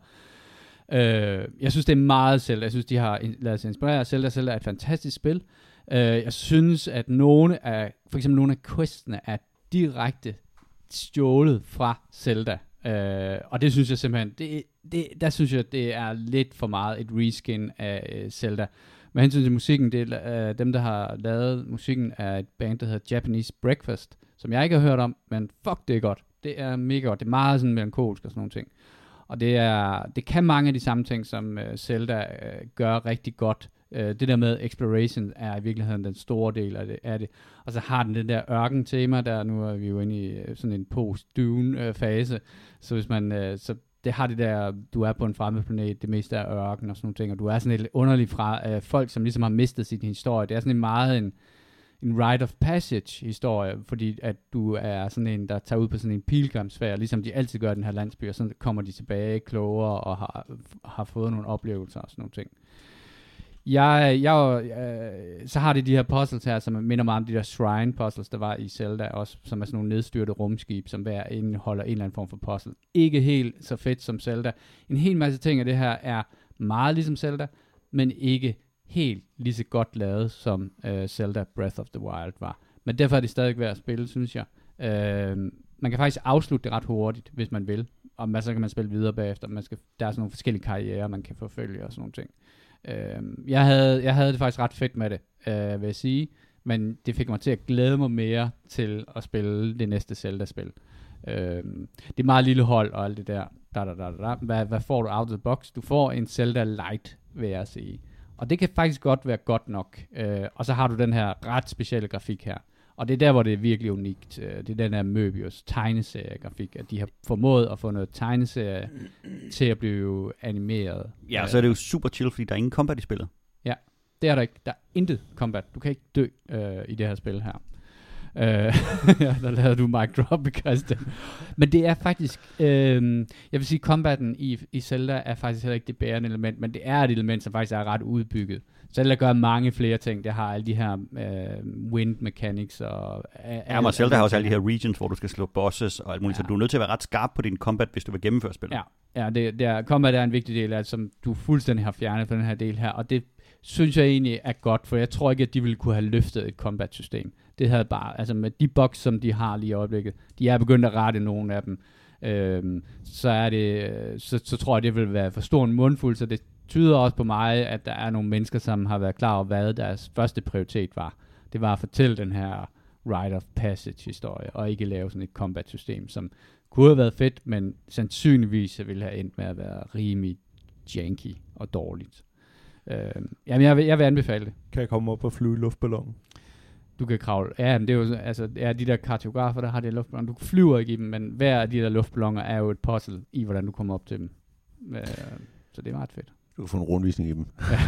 Øh, jeg synes, det er meget Zelda. Jeg synes, de har lavet sig inspirere. Zelda, Zelda er et fantastisk spil. Øh, jeg synes, at nogle af, for eksempel nogle af questene er direkte stjålet fra Zelda. Øh, og det synes jeg simpelthen, det, det, der synes jeg, det er lidt for meget et reskin af uh, Zelda. Med hensyn til musikken, det er uh, dem, der har lavet musikken, er et band, der hedder Japanese Breakfast, som jeg ikke har hørt om, men fuck, det er godt. Det er mega godt. Det er meget sådan melankolsk og sådan nogle ting. Og det, er, det kan mange af de samme ting, som uh, Zelda uh, gør rigtig godt. Uh, det der med exploration er i virkeligheden den store del af det. Af det. Og så har den den der ørken-tema, der nu er vi jo inde i uh, sådan en post-dune-fase. Så hvis man, uh, så det har det der, du er på en fremmed planet, det meste er ørken og sådan nogle ting, og du er sådan lidt underlig fra uh, folk, som ligesom har mistet sin historie. Det er sådan en meget en, en rite of passage historie, fordi at du er sådan en, der tager ud på sådan en pilgrimsfærd, ligesom de altid gør i den her landsby, og så kommer de tilbage klogere og har, har fået nogle oplevelser og sådan nogle ting. Jeg, jeg, øh, så har de de her puzzles her, som minder mig om de der shrine puzzles, der var i Zelda også, som er sådan nogle nedstyrte rumskib, som hver indeholder en eller anden form for puzzle. Ikke helt så fedt som Zelda. En hel masse ting af det her er meget ligesom Zelda, men ikke helt lige så godt lavet, som øh, Zelda Breath of the Wild var. Men derfor er det stadig værd at spille, synes jeg. Øh, man kan faktisk afslutte det ret hurtigt, hvis man vil. Og så kan man spille videre bagefter. Man skal, der er sådan nogle forskellige karrierer, man kan forfølge og sådan nogle ting. Uh, jeg, havde, jeg havde det faktisk ret fedt med det, uh, vil jeg sige, men det fik mig til at glæde mig mere til at spille det næste Zelda-spil. Uh, det er meget lille hold og alt det der. Da, da, da, da. Hvad, hvad får du out of the box? Du får en Zelda Lite, vil jeg sige. Og det kan faktisk godt være godt nok. Uh, og så har du den her ret specielle grafik her. Og det er der, hvor det er virkelig unikt. Det er den her Möbius tegneserie-grafik, at de har formået at få noget tegneserie til at blive animeret. Ja, så er det jo super chill, fordi der er ingen combat i spillet. Ja. Det er der ikke. Der er intet combat. Du kan ikke dø øh, i det her spil her. Øh, ja, der lavede du mic drop, Christian. Men det er faktisk, øh, jeg vil sige, combaten i, i Zelda er faktisk heller ikke det bærende element, men det er et element, som faktisk er ret udbygget. Zelda gør mange flere ting. Det har alle de her øh, wind mechanics og... Ja, men Zelda har også alle de her regions, hvor du skal slå bosses og alt muligt, ja. Så du er nødt til at være ret skarp på din combat, hvis du vil gennemføre spillet. Ja, ja det, det er, combat er en vigtig del af det, som du fuldstændig har fjernet fra den her del her, og det synes jeg egentlig er godt, for jeg tror ikke, at de ville kunne have løftet et combat-system. Det havde bare, altså med de bugs, som de har lige i øjeblikket, de er begyndt at rette nogle af dem, øhm, så er det, så, så tror jeg, det vil være for stor en mundfuld, så det tyder også på mig, at der er nogle mennesker, som har været klar over, hvad deres første prioritet var. Det var at fortælle den her Rite of Passage-historie, og ikke lave sådan et combat-system, som kunne have været fedt, men sandsynligvis ville have endt med at være rimelig janky og dårligt. Øh, jamen, jeg vil, jeg vil anbefale det. Kan jeg komme op og flyve i luftballonen? Du kan kravle. Ja, men det er jo altså, ja, de der kartografer, der har de luftballoner. Du flyver ikke i dem, men hver af de der luftballoner er jo et puzzle i, hvordan du kommer op til dem. Øh, så det er meget fedt. Du kan få en rundvisning i dem.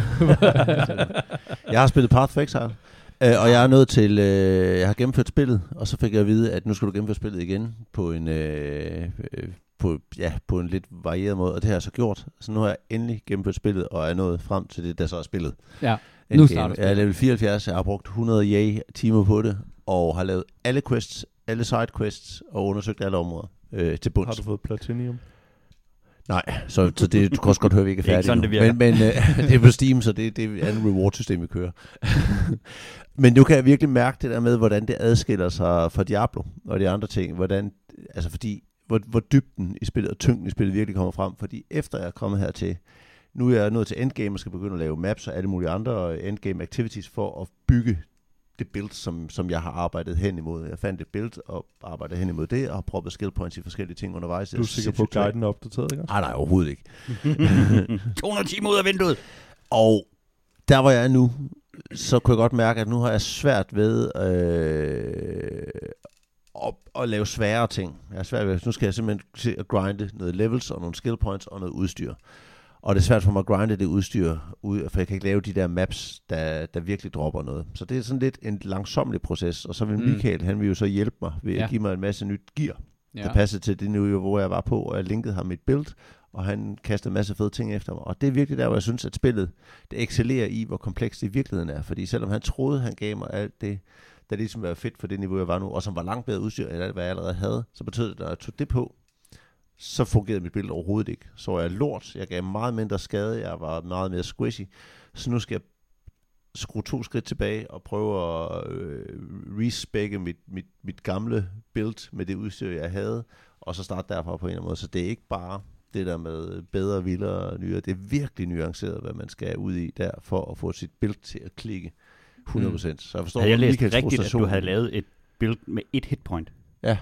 Jeg har spillet Path of Exile, øh, og jeg er nået til, øh, jeg har gennemført spillet, og så fik jeg at vide, at nu skal du gennemføre spillet igen på en, øh, øh, på, ja, på en lidt varieret måde, og det har jeg så gjort. Så nu har jeg endelig gennemført spillet, og er nået frem til det, der så er spillet. Ja, nu starter jeg er level fireoghalvfjerds, jeg har brugt hundrede yay timer på det, og har lavet alle quests, alle side quests, og undersøgt alle områder øh, til bunds. Har du fået platinum? Nej, så, så det, du kan også godt høre, at vi ikke er færdige. Det er ikke sådan, det virker. Men, men øh, det er på Steam, så det, det er en reward-system, vi kører. Men nu kan jeg virkelig mærke det der med, hvordan det adskiller sig fra Diablo og de andre ting. Hvordan, altså fordi, hvor, hvor dybden i spillet og tyngden i spillet virkelig kommer frem. Fordi efter jeg er kommet hertil, nu er jeg nået til endgame og skal begynde at lave maps og alle mulige andre endgame activities for at bygge det build, som, som jeg har arbejdet hen imod. Jeg fandt et build og arbejdede hen imod det, og har proppet skill points i forskellige ting undervejs. Du er sikker på, at guiden er opdateret, ikke? Nej, nej, overhovedet ikke. to hundrede timer ud af vinduet. Og der hvor jeg er nu, så kunne jeg godt mærke, at nu har jeg svært ved øh, at, at lave svære ting. Jeg er svært ved, nu skal jeg simpelthen se at grinde noget levels og nogle skill points og noget udstyr. Og det er svært for mig at grinde det udstyr ud, for jeg kan ikke lave de der maps, der, der virkelig dropper noget. Så det er sådan lidt en langsomlig proces, og så vil Michael, mm. han vil jo så hjælpe mig ved ja. at give mig en masse nyt gear, ja. der passer til det niveau, hvor jeg var på, og jeg linkede ham mit build, og han kastede en masse fede ting efter mig. Og det er virkelig der, hvor jeg synes, at spillet, det excellerer i, hvor komplekst det i virkeligheden er. Fordi selvom han troede, han gav mig alt det, der ligesom var fedt for det niveau, jeg var nu, og som var langt bedre udstyr, end alt, hvad jeg allerede havde, så betød det, at jeg tog det på, så fungerede mit billede overhovedet ikke. Så var jeg lort, jeg gav meget mindre skade, jeg var meget mere squishy. Så nu skal jeg skrue to skridt tilbage og prøve at øh, respække mit, mit, mit gamle build med det udstyr, jeg havde, og så starte derfra på en eller anden måde. Så det er ikke bare det der med bedre, vildere og nyere. Det er virkelig nuanceret, hvad man skal ud i der, for at få sit build til at klikke hundrede procent. Så jeg forstår, havde jeg læst rigtigt, at du havde lavet et build med et hitpoint? Ja.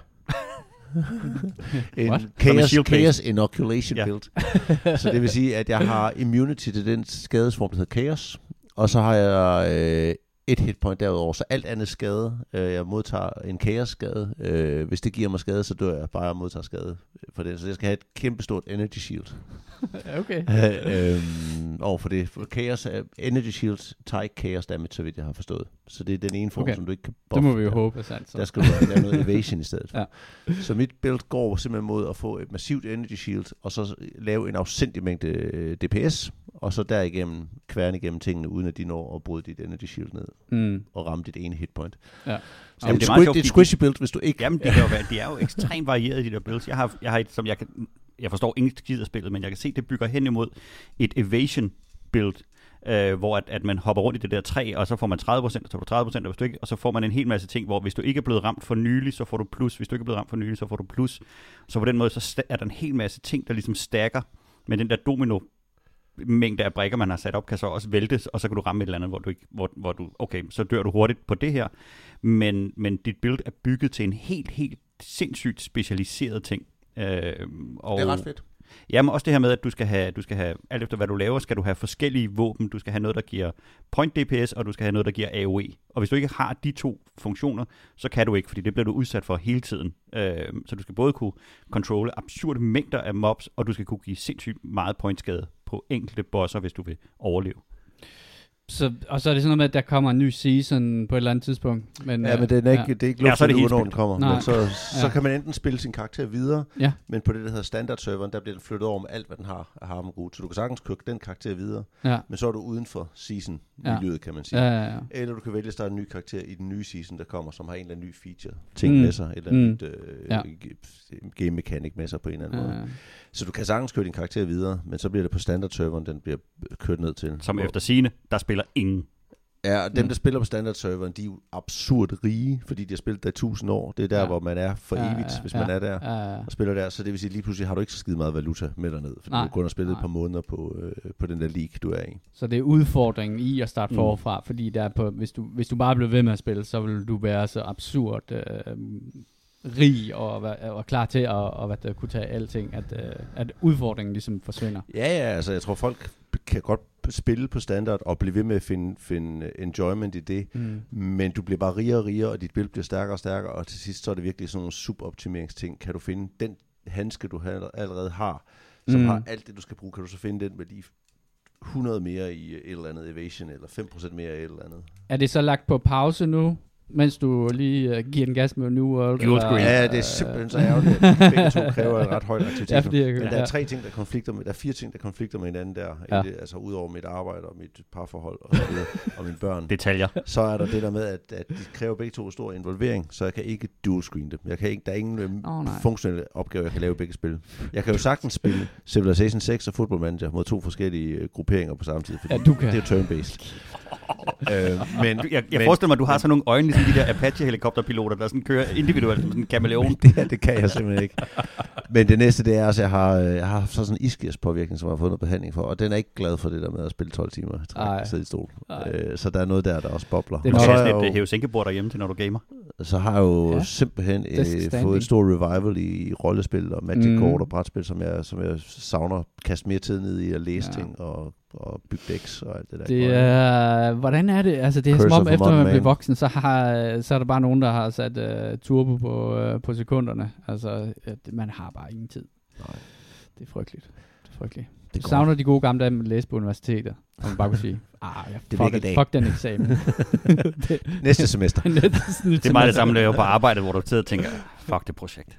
en chaos, chaos inoculation yeah. build. Så det vil sige, at jeg har immunity til den skadesform, der hedder chaos, og så har jeg øh, et hitpoint derudover, så alt andet skade, øh, jeg modtager en chaos skade, øh, hvis det giver mig skade, så dør jeg bare og modtager skade for det, så jeg skal have et kæmpestort energy shield. Okay. øh, øh, over for det. For chaos, energy shields tager ikke chaos damage, så vidt jeg har forstået. Så det er den ene form, okay. som du ikke kan buffe. Det må vi jo der. håbe er sandt. Så. Der skal du lave noget evasion i stedet for. Ja. Så mit build går simpelthen mod at få et massivt energy shield, og så lave en afsindig mængde D P S, og så derigennem kværne igennem tingene, uden at de når at bryde dit energy shield ned, mm. og ramme dit ene hitpoint. Ja. Så jamen, det er, squ- det er et squishy build, hvis du ikke... Jamen, det kan jo være, de er jo ekstremt varieret, de der builds. Jeg har, jeg har et, som jeg kan... Jeg forstår ingen skid af spillet, men jeg kan se, det bygger hen imod et evasion build, øh, hvor at, at man hopper rundt i det der træ, og så får man tredive procent, og så får du tredive procent, og, hvis du ikke, og så får man en hel masse ting, hvor hvis du ikke er blevet ramt for nylig, så får du plus. Hvis du ikke er blevet ramt for nylig, så får du plus. Så på den måde, så er der en hel masse ting, der ligesom stacker, men den der domino mængde af brikker, man har sat op, kan så også væltes, og så kan du ramme et eller andet, hvor du ikke, hvor, hvor du, okay, så dør du hurtigt på det her, men, men dit build er bygget til en helt, helt sindssygt specialiseret ting. Øh, og det er ret fedt. Jamen også det her med, at du skal have, du skal have, alt efter hvad du laver, skal du have forskellige våben. Du skal have noget, der giver point D P S, og du skal have noget, der giver A O E. Og hvis du ikke har de to funktioner, så kan du ikke, fordi det bliver du udsat for hele tiden. Øh, så du skal både kunne controle absurde mængder af mobs, og du skal kunne give sindssygt meget pointskade på enkelte bosser, hvis du vil overleve. Så, og så er det sådan noget med, at der kommer en ny season på et eller andet tidspunkt. Men, ja, men det er ikke, ja. det er ikke luftet, ja, hvornår den kommer. Nej. Men så, så ja. kan man enten spille sin karakter videre, ja. men på det, der hedder standard-serveren, der bliver den flyttet over med alt, hvad den har af harmroot. Så du kan sagtens købe den karakter videre, ja. men så er du uden for season-miljøet, ja. kan man sige. Ja, ja, ja. Eller du kan vælge at starte en ny karakter i den nye season, der kommer, som har en eller anden ny feature-ting mm. med sig, eller mm. et øh, ja. game mechanic med sig på en eller anden ja, måde. Ja. Så du kan sagtens køre din karakter videre, men så bliver det på standard-serveren, den bliver kørt ned til. Som efter sigende, der spiller ingen. Ja, dem, der spiller på standard-serveren, de er jo absurd rige, fordi de har spillet der i tusind år. Det er der, ja. hvor man er for evigt, ja, ja, hvis man ja, er der ja, ja. og spiller der. Så det vil sige, lige pludselig har du ikke så skide meget valuta med derned, fordi Nej. du kun har spillet Nej. et par måneder på, øh, på den der league, du er i. Så det er udfordringen i at starte mm. forfra, fordi der er på, hvis, du, hvis du bare bliver ved med at spille, så vil du være så absurd øh, rig og, og klar til at, og, hvad der kunne tage alting, at, øh, at udfordringen ligesom forsvinder. Ja, ja, altså jeg tror folk kan godt spille på standard og blive ved med at finde, finde enjoyment i det, mm. men du bliver bare rigere og rigere, og dit spil bliver stærkere og stærkere, og til sidst så er det virkelig sådan nogle suboptimeringsting. Kan du finde den handske, du allerede har, som mm. har alt det, du skal bruge, kan du så finde den med de hundrede mere i et eller andet evasion, eller fem procent mere i et eller andet. Er det så lagt på pause nu, mens du lige uh, giver en gas med New World? Eller, ja, det er simpelthen så ærgerligt, at begge to kræver en ret høj aktivitet. Ja, men der er tre ting, der konflikter med, der er fire ting, der konflikter med hinanden der, ja. det, altså udover mit arbejde og mit parforhold og, så videre, og mine børn. Detaljer. Så er der det der med, at, at de kræver begge to stor involvering, så jeg kan ikke dual screen dem. Jeg kan ikke, der er ingen oh, funktionelle opgaver, jeg kan lave i begge spil. Jeg kan jo sagtens spille Civilization seks og Football Manager mod to forskellige uh, grupperinger på samme tid, fordi ja, du kan. det er turn-based. øh, men, jeg jeg men, forestiller mig, at du har sådan nogle øjne, ligesom de der Apache-helikopterpiloter, der sådan kører individuelt som sådan en kameleon. det, det kan jeg simpelthen ikke. Men det næste, det er også, at jeg har, jeg har så sådan en iskias-påvirkning, som jeg har fået noget behandling for, og den er ikke glad for det der med at spille tolv timer og sidde i stol. Øh, så der er noget der, der også bobler. Det er også sådan et hævesænkebord derhjemme til, når du gamer. Så har jeg jo ja. simpelthen øh, fået et stort revival i rollespil og Magic mm. Kort og brætspil, som jeg, som jeg savner. Kaste mere tid ned i at læse ja. ting og og bygge decks og alt det der. Det er, hvordan er det? Altså det er Curse som om, efter man bliver voksen, så, har, så er der bare nogen, der har sat uh, turbo på, uh, på sekunderne. Altså, at man har bare ingen tid. Nej. Det er frygteligt. Det er frygteligt. Du savner de gode gamle dage med at læse på universitetet. Og man bare kunne sige, ah, ja, fuck, det, fuck den eksamen. det, Næste semester. Næste, det er meget det samme, der er jo på arbejdet, hvor du sidder og tænker, fuck det projekt.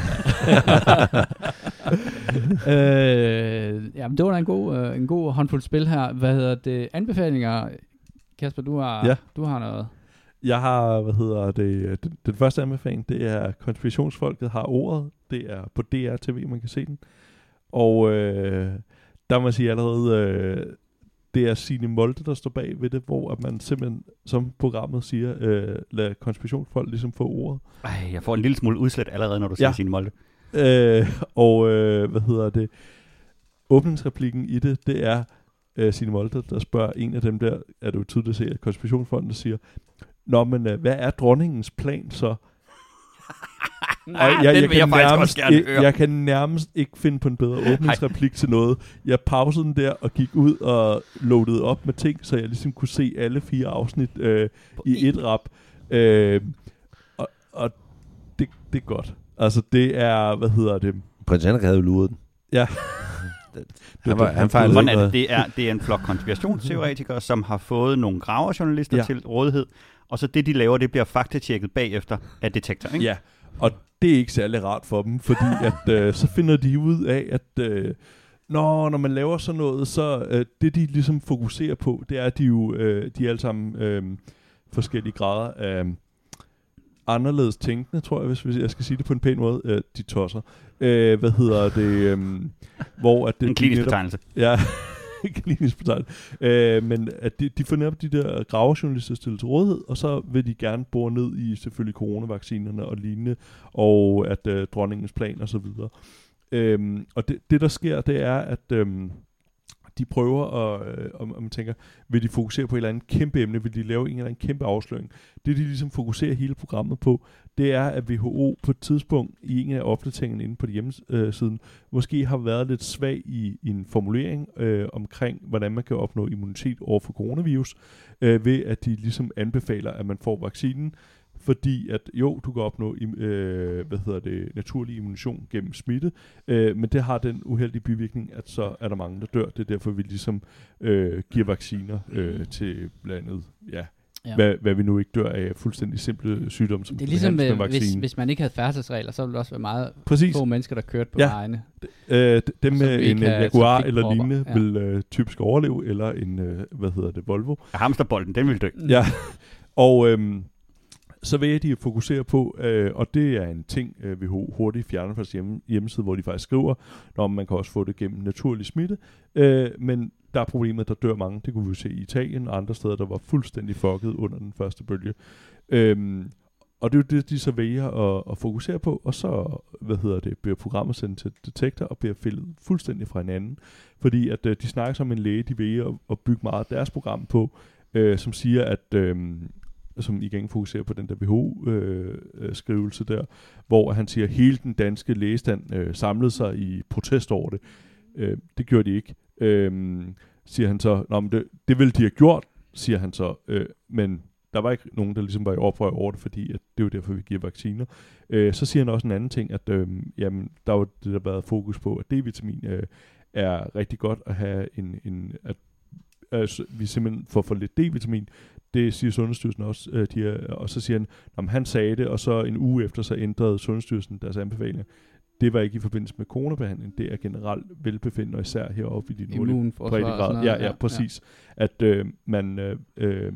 øh, jamen, det var da en god, øh, en god håndfuld spil her. Hvad hedder det? Anbefalinger? Kasper, du har, ja. du har noget. Jeg har, hvad hedder det, den, den første anbefaling, det er Konspirationsfolket har ordet. Det er på D R T V, man kan se den. Og øh, der må jeg sige allerede, øh, det er Signe Molde, der står bag ved det, hvor at man simpelthen, som programmet siger, øh, lader konspirationsfolk ligesom få ordet. Ej, jeg får en lille smule udslæt allerede, når du siger ja. Signe Molde. Øh, og øh, hvad hedder det? Åbningsreplikken i det, det er øh, Signe Molde, der spørger en af dem der, er det jo tydeligt at se, at konspirationsfolkene siger, nå, men øh, hvad er dronningens plan så? Nej, jeg, jeg, jeg, kan jeg, nærmest, jeg, jeg kan nærmest ikke finde på en bedre åbningsreplik til noget. Jeg pausede den der og gik ud og loadede op med ting, så jeg ligesom kunne se alle fire afsnit øh, i et rap. Øh, og og det, det er godt. Altså det er, hvad hedder det? Prins Henrik havde jo luret den. Ja. det, han var, han fejlede Hvordan er det? Det er, det er en flok konspirationsteoretikere, som har fået nogle graverjournalister ja. til rådighed, og så det, de laver, det bliver faktatjekket bagefter af Detektor, ikke? Ja, og det er ikke særlig rart for dem, fordi at, øh, så finder de ud af, at øh, når, når man laver sådan noget, så øh, det, de ligesom fokuserer på, det er, at de jo øh, de er alle sammen øh, forskellige grader af anderledes tænkende, tror jeg, hvis, hvis jeg skal sige det på en pæn måde. Øh, de tosser. Øh, hvad hedder det? Øh, hvor at det en klinisk betegnelse. Ja, klinisk betegnelse. Øh, men at de, de får netop de der gravejournalister stillet til rådighed, og så vil de gerne bore ned i selvfølgelig coronavaccinerne og lignende, og at øh, dronningens plan og så videre. Øh, og det, det, der sker, det er, at øh, de prøver at, øh, om, om man tænker, vil de fokusere på et eller andet kæmpe emne, vil de lave en eller anden kæmpe afsløring. Det, de ligesom fokuserer hele programmet på, det er, at W H O på et tidspunkt i en af opdateringerne inde på hjemmesiden, måske har været lidt svag i, i en formulering øh, omkring, hvordan man kan opnå immunitet over for coronavirus, øh, ved at de ligesom anbefaler, at man får vaccinen, fordi at jo, du kan opnå øh, hvad hedder det, naturlig immunitet gennem smitte, øh, men det har den uheldige bivirkning, at så er der mange, der dør. Det er derfor, vi ligesom øh, giver vacciner øh, til blandt andet, ja, Ja. Hvad, hvad vi nu ikke dør af fuldstændig simple sygdomme, som det er ligesom, med, hvis, hvis man ikke havde færdselsregler, så ville der også være meget Præcis. få mennesker, der kørte på ja. vejene. Øh, dem med en Jaguar eller lignende ja. vil øh, typisk overleve, eller en, øh, hvad hedder det, Volvo. Ja, hamsterbolden, den vil dø. Ja, og øhm, så vil de fokusere på, øh, og det er en ting, øh, V H O hurtigt fjerner fra deres hjemme, hjemmeside, hvor de faktisk skriver, når man kan også få det gennem naturlig smitte, øh, men der er problemet, der dør mange. Det kunne vi se i Italien og andre steder, der var fuldstændig fucket under den første bølge. Øhm, og det er jo det, de så vælger at, at fokusere på, og så, hvad hedder det, bliver programmet sendt til detektor og bliver fældet fuldstændig fra hinanden. Fordi at øh, de snakker som en læge, de vælger at, at bygge meget af deres program på, øh, som siger, at øh, som igen fokuserer på den der W H O-skrivelse øh, der, hvor han siger, at hele den danske lægestand øh, samlede sig i protest over det. Øh, det gjorde de ikke. Øhm, siger han så, Nå, men det, det ville de have gjort, siger han så, øh, men der var ikke nogen, der ligesom var i oprør over det, fordi at det er jo derfor, vi giver vacciner. Øh, så siger han også en anden ting, at øh, jamen, der var det, der været fokus på, at D-vitamin øh, er rigtig godt at have en, en at altså, vi simpelthen får for lidt D-vitamin. Det siger Sundhedsstyrelsen også, øh, de er, og så siger han, om han sagde det, og så en uge efter, så ændrede Sundhedsstyrelsen deres anbefalinger. Det var ikke i forbindelse med coronabehandling, det er generelt velbefindende, og især heroppe i de nordlige breddegrad. Ja, ja, præcis. Ja. At øh, man, øh, øh,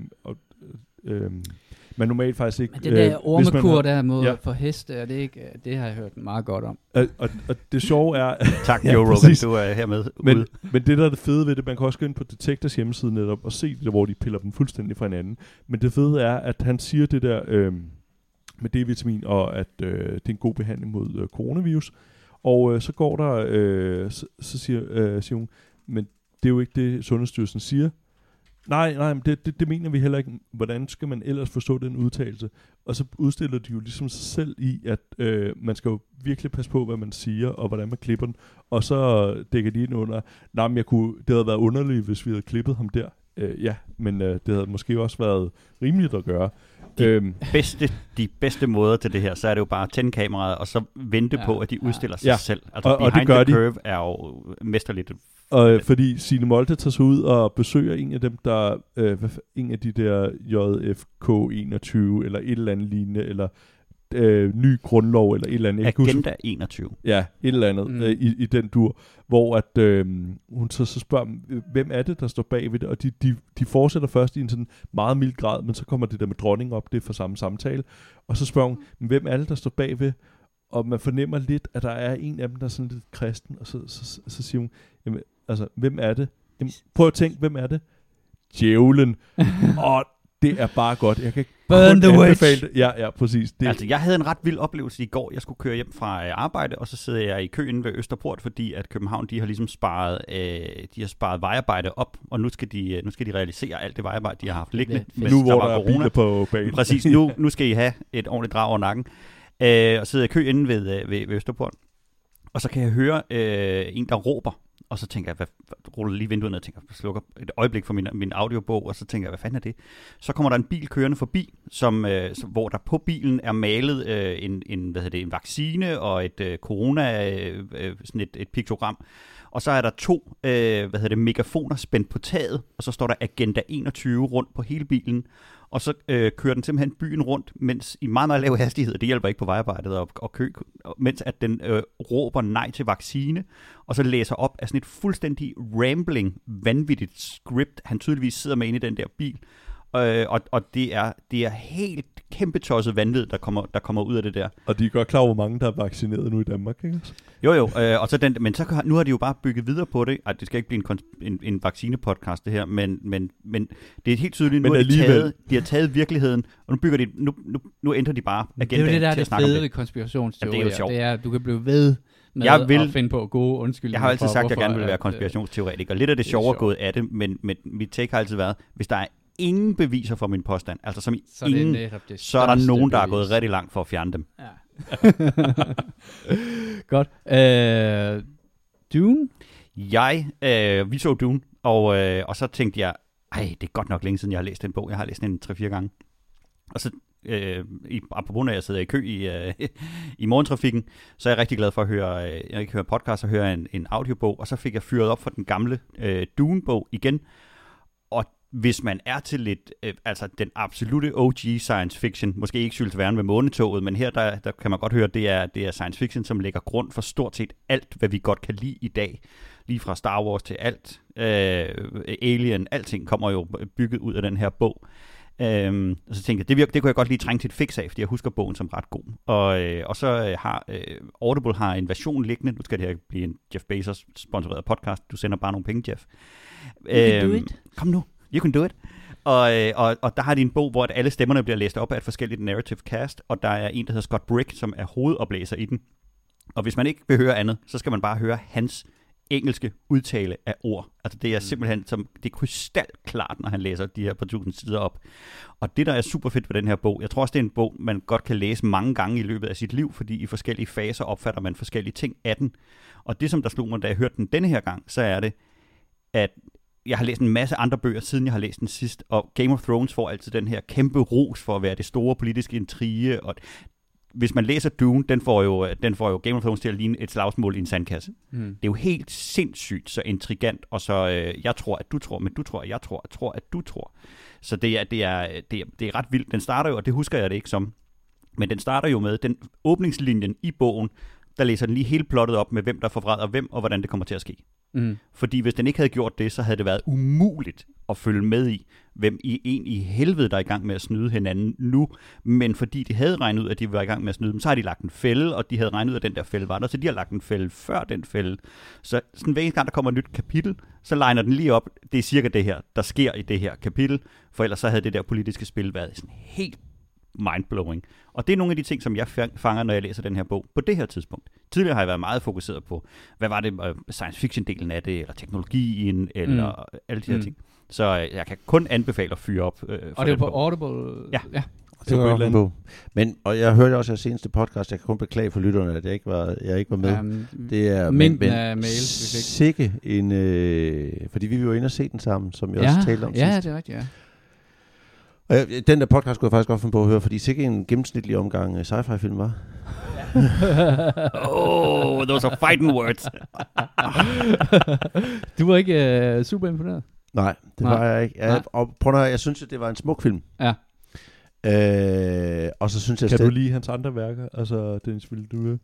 øh, man normalt faktisk ikke... Men det der øh, ormekur der mod ja. for heste, er det, ikke, det har jeg hørt meget godt om. Og, og, og det sjove er... tak, Joe ja, Rogan, du er hermed men, men det der er det fede ved det, man kan også gå ind på Detektors hjemmeside netop og se det, hvor de piller dem fuldstændig fra hinanden. Men det fede er, at han siger det der... Øh, med D-vitamin, og at øh, det er en god behandling mod øh, coronavirus. Og øh, så går der, øh, så, så siger, øh, siger hun, men det er jo ikke det, Sundhedsstyrelsen siger. Nej, nej, men det, det, det mener vi heller ikke. Hvordan skal man ellers forstå den udtalelse? Og så udstiller de jo ligesom sig selv i, at øh, man skal jo virkelig passe på, hvad man siger, og hvordan man klipper den. Og så dækker de ind under, nej, men jeg kunne, det havde været underligt, hvis vi havde klippet ham der. Øh, ja, men øh, det havde måske også været rimeligt at gøre. De, øhm. bedste, de bedste måder til det her, så er det jo bare at tænde kameraet, og så vente ja, på, at de udstiller ja. sig ja. selv. Altså, og, Behind og det the Curve de. er jo mesterligt. Og, øh, fordi Signe Molde tager sig ud og besøger en af dem, der øh, en af de der J F K enogtyve, eller et eller andet lignende, eller øh, ny grundlov, eller et eller andet. Agenda enogtyve. Ja, et eller andet mm. øh, i, i den dur, hvor at, øh, hun så, så spørger, hvem er det, der står bag ved det, og de, de, de fortsætter først i en sådan meget mild grad, men så kommer det der med dronning op, det er for samme samtale, og så spørger hun, hvem er det, der står bag ved, og man fornemmer lidt, at der er en af dem, der er sådan lidt kristen, og så, så, så, så siger hun, jamen, altså, hvem er det? Jamen, prøv at tænke, hvem er det? Djævlen. Og det er bare godt. Jeg kan Burn the witch. Det. Ja, ja, præcis. Det. Altså, jeg havde en ret vild oplevelse i går. Jeg skulle køre hjem fra arbejde, og så sidder jeg i køen ved Østerport, fordi at København, de har ligesom sparet, øh, de har sparet vejarbejde op, og nu skal de, nu skal de realisere alt det vejarbejde, de har haft liggende. Nu hvor der, der er biler på banen. Præcis, nu, nu skal I have et ordentligt drag over nakken. Øh, og sidder jeg i kø inde ved, ved, ved Østerport, og så kan jeg høre øh, en, der råber. Og så tænker jeg, hvad, ruller lige vinduet ned og tænker, slukker et øjeblik for min, min audiobog, og så tænker jeg, hvad fanden er det? Så kommer der en bil kørende forbi, som, øh, som, hvor der på bilen er malet øh, en, en, hvad hedder det, en vaccine og et øh, corona, øh, sådan et, et piktogram. Og så er der to øh, hvad hedder det, megafoner spændt på taget, og så står der Agenda enogtyve rundt på hele bilen. Og så øh, kører den simpelthen byen rundt, mens i meget, meget lav hastighed, det hjælper ikke på vejarbejdet og, og kø, mens at den øh, råber nej til vaccine, og så læser op af sådan et fuldstændig rambling, vanvittigt script, han tydeligvis sidder med inde i den der bil. Øh, og og det, er, det er helt kæmpe tosset vanvid, der kommer, der kommer ud af det der. Og de er godt klar over, hvor mange, der er vaccineret nu i Danmark, ikke? Jo, jo. Øh, og så den, men så, nu har de jo bare bygget videre på det. Ej, det skal ikke blive en, en, en vaccinepodcast, det her, men, men, men det er helt tydeligt, nu har de, taget, de har taget virkeligheden, og nu bygger de, nu, nu, nu ændrer de bare agendaen til at snakke om det. Det er jo det, der er det fede ved konspirationsteorier. Ja, det er jo sjovt. Det er, du kan blive ved med jeg vil, at finde på gode undskyldninger. Jeg har altid sagt, at jeg gerne vil være konspirationsteoretiker. Lidt af det, det sjovere gået af det, men, men mit take har altid været, hvis der er ingen beviser for min påstand, altså som i så ingen, det er det så er der nogen, der bevis. Er gået rigtig langt for at fjerne dem. Ja. Godt. Uh, Dune? Jeg, uh, vi så Dune, og, uh, og så tænkte jeg, ej, det er godt nok længe siden, jeg har læst den bog. Jeg har læst den tre-fire gange. Og så øh, i, apropos når jeg sidder i kø i, øh, i morgentrafikken, så er jeg rigtig glad for at høre, øh, jeg ikke høre podcast og høre en, en audiobog, og så fik jeg fyret op for den gamle øh, Dune-bog igen. Og hvis man er til lidt, øh, altså den absolute O G science fiction, måske ikke Jules Verne med månetoget, men her der, der kan man godt høre, at det er, det er science fiction, som lægger grund for stort set alt, hvad vi godt kan lide i dag. Lige fra Star Wars til alt, øh, Alien, alting kommer jo bygget ud af den her bog. Øh, og så tænkte jeg, det, virker, det kunne jeg godt lige trænge til et fix af, fordi jeg husker bogen som ret god. Og, øh, og så har øh, Audible har en version liggende, nu skal det her blive en Jeff Bezos sponsoreret podcast, du sender bare nogle penge, Jeff. You can do it. Kom nu. You can do it. Og, og, og der har de en bog, hvor alle stemmerne bliver læst op af et forskelligt narrative cast, og der er en, der hedder Scott Brick, som er hovedoplæser i den. Og hvis man ikke vil høre andet, så skal man bare høre hans engelske udtale af ord. Altså det er simpelthen, som, det er krystalklart, når han læser de her par tusind sider op. Og det, der er super fedt ved den her bog, jeg tror også, det er en bog, man godt kan læse mange gange i løbet af sit liv, fordi i forskellige faser opfatter man forskellige ting af den. Og det, som der slog mig, da jeg hørte den denne her gang, så er det, at jeg har læst en masse andre bøger, siden jeg har læst den sidst, og Game of Thrones får altid den her kæmpe ros for at være det store politiske intrige, og hvis man læser Dune, den får jo, den får jo Game of Thrones til at ligne et slagsmål i en sandkasse. Mm. Det er jo helt sindssygt så intrigant, og så øh, jeg tror, at du tror, men du tror, at jeg tror, at tror, at du tror. Så det er, det, er, det, er, det er ret vildt. Den starter jo, og det husker jeg det ikke som, men den starter jo med den åbningslinjen i bogen, der læser den lige hele plottet op med, hvem der forvræder hvem, og hvordan det kommer til at ske. Mm. Fordi hvis den ikke havde gjort det, så havde det været umuligt at følge med i, hvem i en i helvede, der er i gang med at snyde hinanden nu. Men fordi de havde regnet ud, at de var i gang med at snyde dem, så har de lagt en fælde, og de havde regnet ud, at den der fælde var der, så de har lagt en fælde før den fælde. Så sådan hver gang, der kommer et nyt kapitel, så legner den lige op, det er cirka det her, der sker i det her kapitel, for ellers så havde det der politiske spil været sådan helt mindblowing. Og det er nogle af de ting, som jeg fanger, når jeg læser den her bog på det her tidspunkt. Tidligere har jeg været meget fokuseret på, hvad var det science fiction-delen af det, eller teknologien, eller mm. alle de her mm. ting. Så jeg kan kun anbefale at fyre op. Øh, og det er på bog. Audible? Ja. ja. Det var en bog. Men, og jeg hørte også i seneste podcast, jeg kan kun beklage for lytterne, at jeg ikke var, jeg ikke var med. Um, det er men, men, af mails, vi fik. Sikke en, øh, fordi vi var jo inde og se den sammen, som jeg ja, også talte om ja, sidst. Ja, det er rigtigt, ja. Og jeg, den der podcast kunne jeg faktisk godt finde på at høre, fordi sikke en gennemsnitlig omgang sci-fi film var. Oh, those are fighting words. Du var ikke uh, super imponeret? Nej, det Nej. var jeg ikke. Jeg, og prøv at høre, jeg synes, at det var en smuk film. Ja. Øh, og så synes jeg... Kan sted... du lide hans andre værker? Altså, Dennis Villeneuve?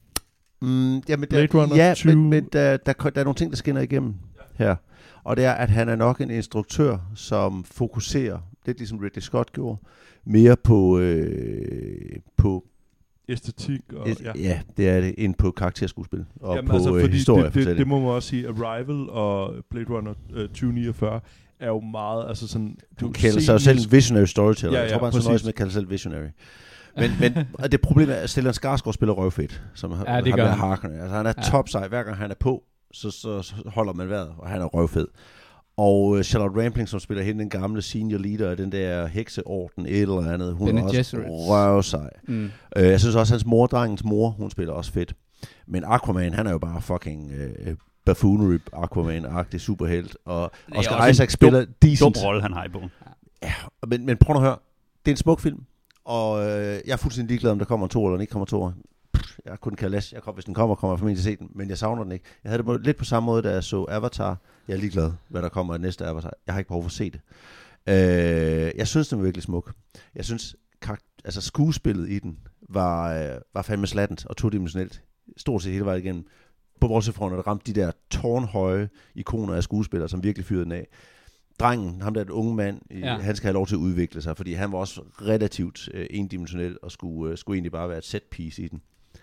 Mm, jamen, der, ja, men, men der, der, der er nogle ting, der skinner igennem ja. her. Og det er, at han er nok en instruktør, som fokuserer, lidt ligesom Ridley Scott gjorde, mere på... Øh, på æstetik og... Et, ja. ja, det er det, end på karakterskuespil og Jamen, på altså, øh, historie. Det, det, det må man også sige. Arrival og Blade Runner øh, tyve niogfyrre er jo meget... Altså sådan, du kalder sig selv en visionary storyteller. Ja, ja, jeg tror bare, han så nøjes med at kalde sig selv visionary. Men, men det problem er, at Stellan Skarsgård spiller røvfedt, som ja, det gør han. Harkonnen. Altså, han er ja. topsej. Hver gang han er på, så, så, så holder man vejret, og han er røvfed. Og uh, Charlotte Rampling, som spiller hende, den gamle senior leader af den der hekseorden, et eller andet, hun Bene er også Gesserit. røvsej. Mm. Uh, jeg synes også, at hans mor, drengens mor, hun spiller også fedt. Men Aquaman, han er jo bare fucking uh, buffoonery Aquaman-agtig superhelt. Og Oscar Isaac spiller dum, decent. Dum rolle, han har i bogen. Ja, men, men prøv at høre. Det er en smuk film. Og øh, jeg er fuldstændig ligeglad, om der kommer en to eller den ikke kommer to. Jeg kunne ikke læse. Jeg kom, hvis den kommer, kommer jeg formentlig til at se den, men jeg savner den ikke. Jeg havde det lidt på samme måde, da jeg så Avatar. Jeg er ligeglad, hvad der kommer af næste Avatar. Jeg har ikke behov for at se det. Øh, jeg synes, den var virkelig smuk. Jeg synes, altså skuespillet i den var, øh, var fandme slattent og todimensionelt. Stort set hele vejen igennem. På vores front, at det ramte de der tårnhøje ikoner af skuespillere, som virkelig fyrede den af. Drengen, ham der er et unge mand, ja. han skal have lov til at udvikle sig, fordi han var også relativt øh, endimensionel og skulle, øh, skulle egentlig bare være et set piece i den.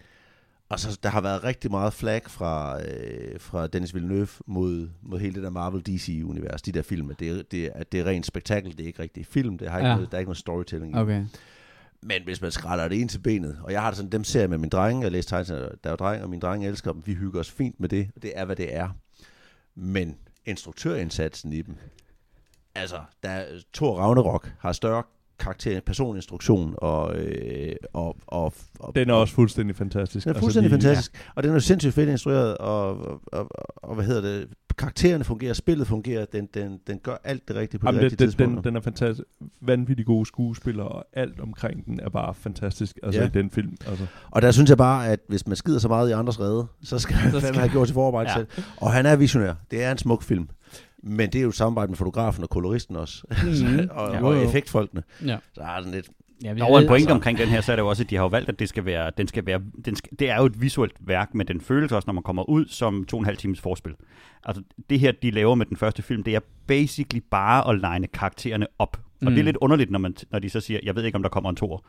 Og så der har været rigtig meget flag fra, øh, fra Dennis Villeneuve mod, mod hele det der Marvel D C-univers, de der film. Det, det, er, det er rent spektakel, det er ikke rigtig film, det har ikke ja. noget, der er ikke noget storytelling i. Okay. Men hvis man skræller det ind til benet, og jeg har det sådan, dem ser jeg med min drenge, jeg læser tegneserier, der er jo drenge, og mine drenge elsker dem, vi hygger os fint med det, og det er, hvad det er. Men instruktørindsatsen i dem, altså, der Thor Ragnarok har større karakter, personinstruktion og, øh, og, og, og... Den er også fuldstændig fantastisk. Den er fuldstændig altså, de, fantastisk, ja. Og den er sindssygt fedt instrueret, og, og, og, og hvad hedder det, karaktererne fungerer, spillet fungerer, den, den, den gør alt det rigtige på Jamen, det rigtige den, tidspunkt. Den, den er fantastisk. Vanvittigt gode skuespillere, og alt omkring den er bare fantastisk, altså ja. i den film. Altså. Og der synes jeg bare, at hvis man skider så meget i andres rede, så skal man fandme have gjort til forarbejde ja. selv. Og han er visionær. Det er en smuk film. Men det er jo et samarbejde med fotografen og koloristen også. Mm-hmm. og, ja. og effektfolkene. Ja. Så er den lidt... Ja, der var en pointe altså omkring den her, så er det jo også, at de har jo valgt, at det skal være, den skal være, den skal, det er jo et visuelt værk, men den føles også, når man kommer ud, som to og en halv times forspil. Altså det her, de laver med den første film, det er basically bare at line karaktererne op. Og mm. det er lidt underligt, når, man, når de så siger, jeg ved ikke, om der kommer en toer.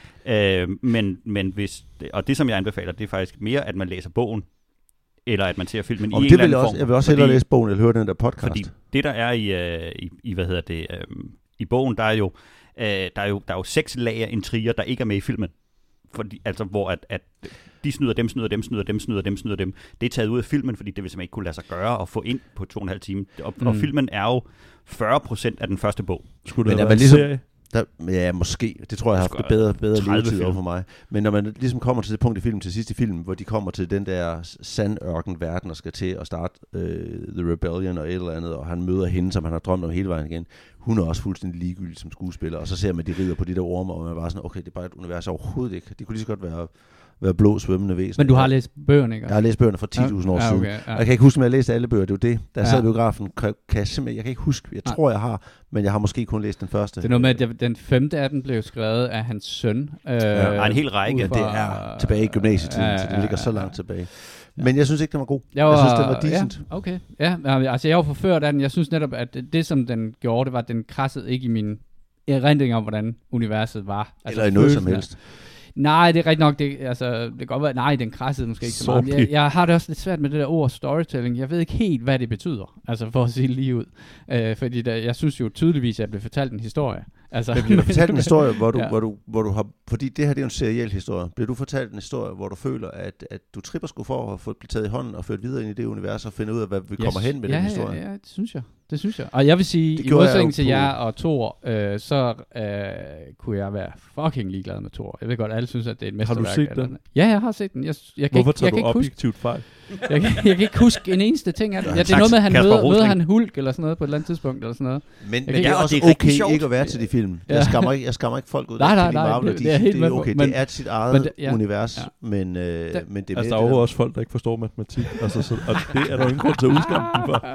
Øh, men, men hvis, og det som jeg anbefaler, det er faktisk mere, at man læser bogen, eller at man ser filmen i en eller anden form. Jeg vil også hellere læse bogen, eller høre den der podcast. Fordi det, der er i, i, i hvad hedder det, um, i bogen, der er jo Uh, der, er jo, der er jo seks lager intriger, der ikke er med i filmen. Fordi, altså, hvor at, at de snyder dem, snyder dem, snyder dem, snyder dem, snyder dem. Det er taget ud af filmen, fordi det vil simpelthen ikke kunne lade sig gøre at få ind på to og en halv time. Og, mm. og filmen er jo fyrre procent af den første bog. Skulle det have været ligesom, serie? Der, ja, måske. Det tror jeg har haft det bedre, bedre levetid over for mig. Men når man ligesom kommer til det punkt i filmen, til sidst i filmen, hvor de kommer til den der sandørken-verden og skal til at starte uh, The Rebellion og et eller andet, og han møder hende, som han har drømt om hele vejen igen. Hun er også fuldstændig ligegyldig som skuespiller, og så ser man, de rider på de der orme, og man er bare sådan, okay, det er bare et univers overhovedet ikke. Det kunne lige så godt være... være blå svømmende væsen. Men du har læst bøgerne, ikke? Jeg har læst bøgerne for ti tusind år ja, okay, siden. ja. Jeg kan ikke huske, om jeg har læst alle bøger. Det er jo det. Der ja. sad biografen, kan, kan jeg simpelthen, jeg kan ikke huske. Jeg tror, jeg har, men jeg har måske kun læst den første. Det er noget med, at den femte af den blev skrevet af hans søn. Øh, ja, en hel række. Ja, det er tilbage i gymnasietiden, ja, så det ligger så langt tilbage. Men jeg synes ikke, den var god. Jeg, var, jeg synes, den var decent. Ja, okay. Ja, altså jeg var forført af den. Jeg synes netop, at det, som den gjorde, det var, at den krassede ikke i min erindring om, hvordan universet var. Altså, eller i noget som helst. Nej, det er rigtigt nok. Det, altså, det kan godt være, nej, den krassede måske ikke så meget. Jeg, jeg har det også lidt svært med det der ord storytelling. Jeg ved ikke helt, hvad det betyder. Altså, for at sige lige ud. Øh, fordi der, jeg synes jo tydeligvis, at jeg blev fortalt en historie. Altså, bliver du fortalt en historie, hvor du, ja. hvor, du, hvor du har... Fordi det her, det er jo en seriel historie. Bliver du fortalt en historie, hvor du føler, at, at du tripper sgu for at få det taget i hånden og ført videre ind i det univers og finde ud af, hvad vi kommer yes. hen med ja, den historie? Ja, ja, det synes jeg. Det synes jeg. Og jeg vil sige, i modsætning til jer og Thor, øh, så øh, kunne jeg være fucking ligeglad med Thor. Jeg ved godt, alle synes, at det er et mesterværk. Har du set den? Ja, jeg har set den. Jeg, jeg Hvorfor ikke, tager jeg du objektivt fejl? jeg, kan, jeg kan ikke huske en eneste ting af det. Ja, det er noget med, at han møder, møder han Hulk eller sådan noget på et eller andet tidspunkt. Eller sådan noget. Men, men det er også det er okay sjovt. Ikke at være til de film. Ja. Jeg, skammer ikke, jeg skammer ikke folk ud. Nej, nej, nej. Marvel, det, det er helt det er okay. Men, det er sit eget men, ja. univers. Ja. Men, øh, da, men det er altså, der er jo også folk, der ikke forstår matematik. Altså, så, og det er der jo ingen grund til at udskamme dem for.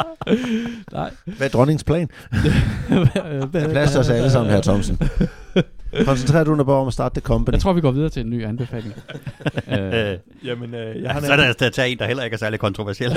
Nej. Hvad er dronningens plan? Plads til os alle sammen her, Thomsen. Koncentrerer du dig bare om at starte The Company? Jeg tror, vi går videre til en ny anbefaling. uh, Jamen, uh, jeg har så er der at tage en, der heller ikke er særlig kontroversiel.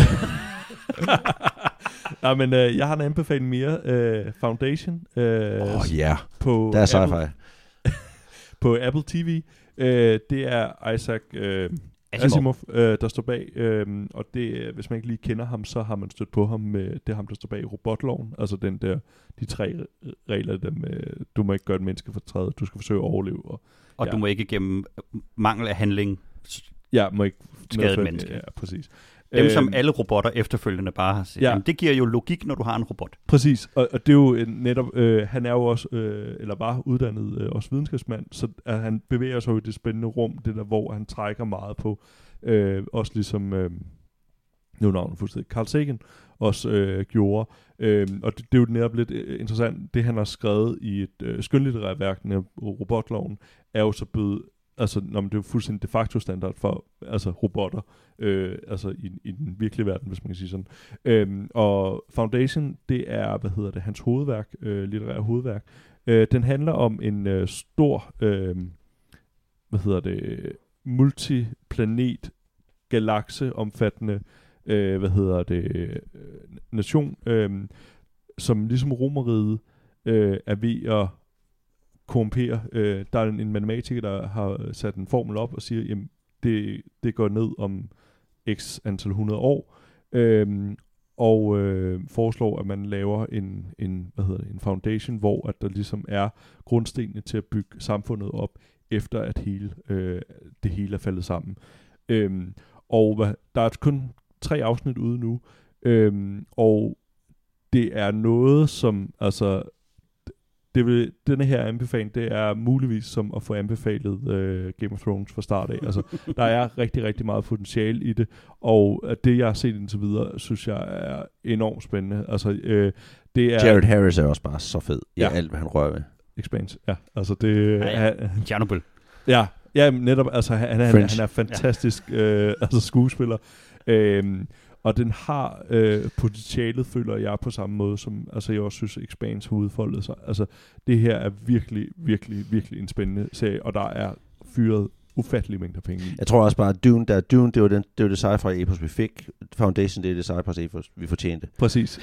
Nej, men uh, jeg har en anbefaling mere. Uh, Foundation. Åh, uh, oh, ja. Yeah. Der er sci-fi. På Apple T V. Uh, det er Isaac... Uh, Asimov, øh, der står bag, øh, og det, hvis man ikke lige kender ham, så har man stødt på ham med, det er ham, der står bag robotloven, altså den der, de tre regler, der med, du må ikke gøre et menneske fortræd, du skal forsøge at overleve. Og, og ja. du må ikke gennem mangel af handling ja, må ikke skade et menneske. Ja, præcis. Dem, som alle robotter efterfølgende bare har set. Ja. Jamen, det giver jo logik, når du har en robot. Præcis, og, og det er jo netop, øh, han er jo også, øh, eller var uddannet øh, også videnskabsmand, så at han bevæger sig jo i det spændende rum, det der, hvor han trækker meget på, øh, også ligesom, øh, nu er navnet fuldstændig, Carl Sagan også øh, gjorde. Øh, og det, det er jo netop lidt øh, interessant, det han har skrevet i et øh, skønlitterært værk, robotloven, er jo så blevet altså, når det er jo fuldstændig de facto standard for altså robotter, øh, altså i, i den virkelige verden, hvis man kan sige sådan. Øhm, og Foundation, det er, hvad hedder det, hans hovedværk, øh, litterære hovedværk. Øh, den handler om en øh, stor, øh, hvad hedder det, multiplanet, galakseomfattende, øh, hvad hedder det, øh, nation, øh, som ligesom Romerriget øh, er ved at korrumpere. Øh, der er en, en matematiker, der har sat en formel op og siger, jamen, det, det går ned om x antal hundrede år, øhm, og øh, foreslår, at man laver en, en, hvad hedder det, en foundation, hvor at der ligesom er grundstenene til at bygge samfundet op, efter at hele, øh, det hele er faldet sammen. Øhm, og hvad, der er kun tre afsnit ude nu, øhm, og det er noget, som altså det vil, denne her anbefaling, det er muligvis som at få anbefalet øh, Game of Thrones fra start af. Altså, der er rigtig, rigtig meget potentiale i det, og det, jeg har set indtil videre, synes jeg er enormt spændende. Altså, øh, det er... Jared Harris er også bare så fed i ja. alt, hvad han rører ved. Expanse, ja. Altså, det... Ja, ja. Chernobyl. Ja, ja, netop, altså, han, han, han er fantastisk ja. øh, altså, skuespiller. Øhm, og den har øh, potentialet, føler jeg, på samme måde, som altså, jeg også synes, Expanse har udfoldet sig. Altså, det her er virkelig, virkelig, virkelig en spændende serie, og der er fyret ufattelige mængder penge i. Jeg tror også bare, at Dune, der Dune, det var, den, det var det sci-fi-epos, vi fik. Foundation, det er det sci-fi-epos, vi fortjente. Præcis.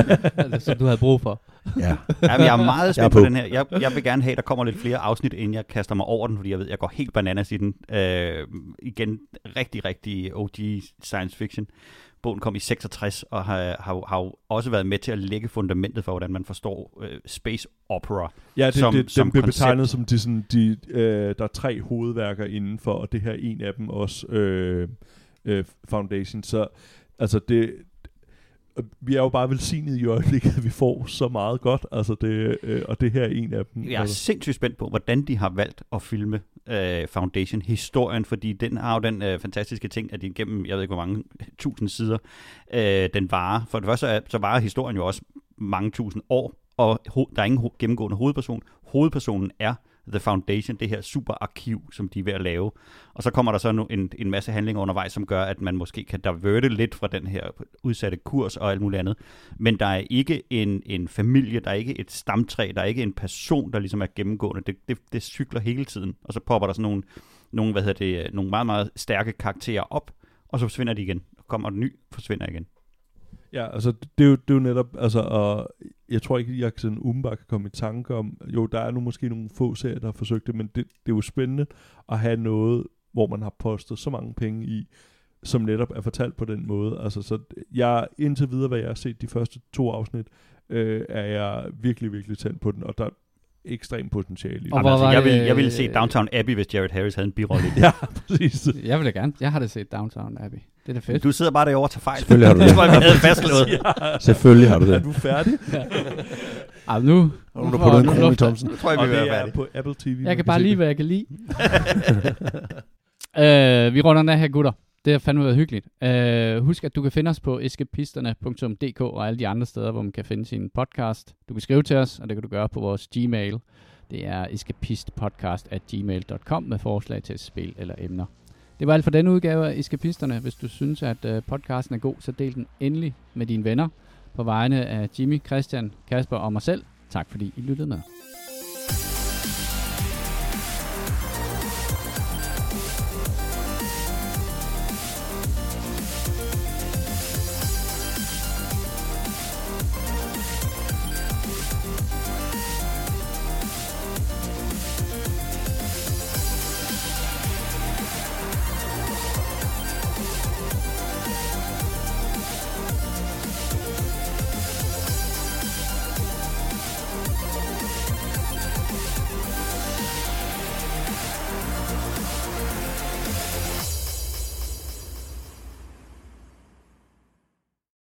Som du havde brug for. Ja. Jamen, jeg er meget spændt på. på den her. Jeg, jeg vil gerne have, at der kommer lidt flere afsnit, inden jeg kaster mig over den, fordi jeg ved, jeg går helt bananas i den. Øh, igen, rigtig, rigtig O G science fiction. Bogen kom i seksogtres, og har, har, har jo også været med til at lægge fundamentet for, hvordan man forstår øh, space opera. Ja, det, som, det, som den bliver betegnet som de, sådan, de, øh, der er tre hovedværker indenfor, og det her er en af dem også øh, øh, Foundation. Så altså det... Vi er jo bare velsignet i øjeblikket, at vi får så meget godt, altså det, øh, og det her er en af dem. Jeg er altså. sindssygt spændt på, hvordan de har valgt at filme øh, Foundation-historien, fordi den har jo den øh, fantastiske ting, at de gennem, jeg ved ikke hvor mange tusind sider, øh, den varer. For det første så, så varer historien jo også mange tusind år, og ho- der er ingen ho- gennemgående hovedperson. Hovedpersonen er The Foundation, det her superarkiv, som de er ved at lave. Og så kommer der så en, en masse handlinger undervejs, som gør, at man måske kan diverte lidt fra den her udsatte kurs og alt muligt andet. Men der er ikke en, en familie, der er ikke et stamtræ, der er ikke en person, der ligesom er gennemgående. Det, det, det cykler hele tiden. Og så popper der sådan nogle, nogle, hvad hedder det, nogle meget, meget stærke karakterer op, og så forsvinder de igen. Og kommer den ny, forsvinder igen. Ja, altså det er jo, det er jo netop, altså, og jeg tror ikke, jeg sådan umiddelbart kan komme i tanke om, jo, der er nu måske nogle få serier, der har forsøgt det, men det, det er jo spændende at have noget, hvor man har postet så mange penge i, som netop er fortalt på den måde. Altså, så jeg, indtil videre, hvad jeg har set de første to afsnit, øh, er jeg virkelig, virkelig tændt på den, og der er ekstremt potentiale i. Altså, jeg, vil, jeg ville se Downton Abbey, hvis Jared Harris havde en birolle i det. Ja, præcis. Jeg vil da gerne. Jeg har da set Downton Abbey. Det er da fedt. Du sidder bare derovre og tager fejl. Selvfølgelig har du det. Det var, vi havde fastslået. Ja. Selvfølgelig har du det. Er du færdig? Ja. Ej, nu... Nu, nu får du en krone i Thomsen. Nu tror jeg, vi og vil det være er færdige. på Apple T V. Jeg kan bare lide, hvad jeg kan lide. uh, vi runder den af her, gutter. Det har fandme været hyggeligt. Uh, husk, at du kan finde os på escapisterne punktum d k og alle de andre steder, hvor man kan finde sin podcast. Du kan skrive til os, og det kan du gøre på vores Gmail. Det er escapistpodcast at gmail punktum com med forslag til spil eller emner. Det var alt for denne udgave af Escapisterne. Hvis du synes, at uh, podcasten er god, så del den endelig med dine venner. På vegne af Jimmy, Christian, Kasper og mig selv. Tak fordi I lyttede med.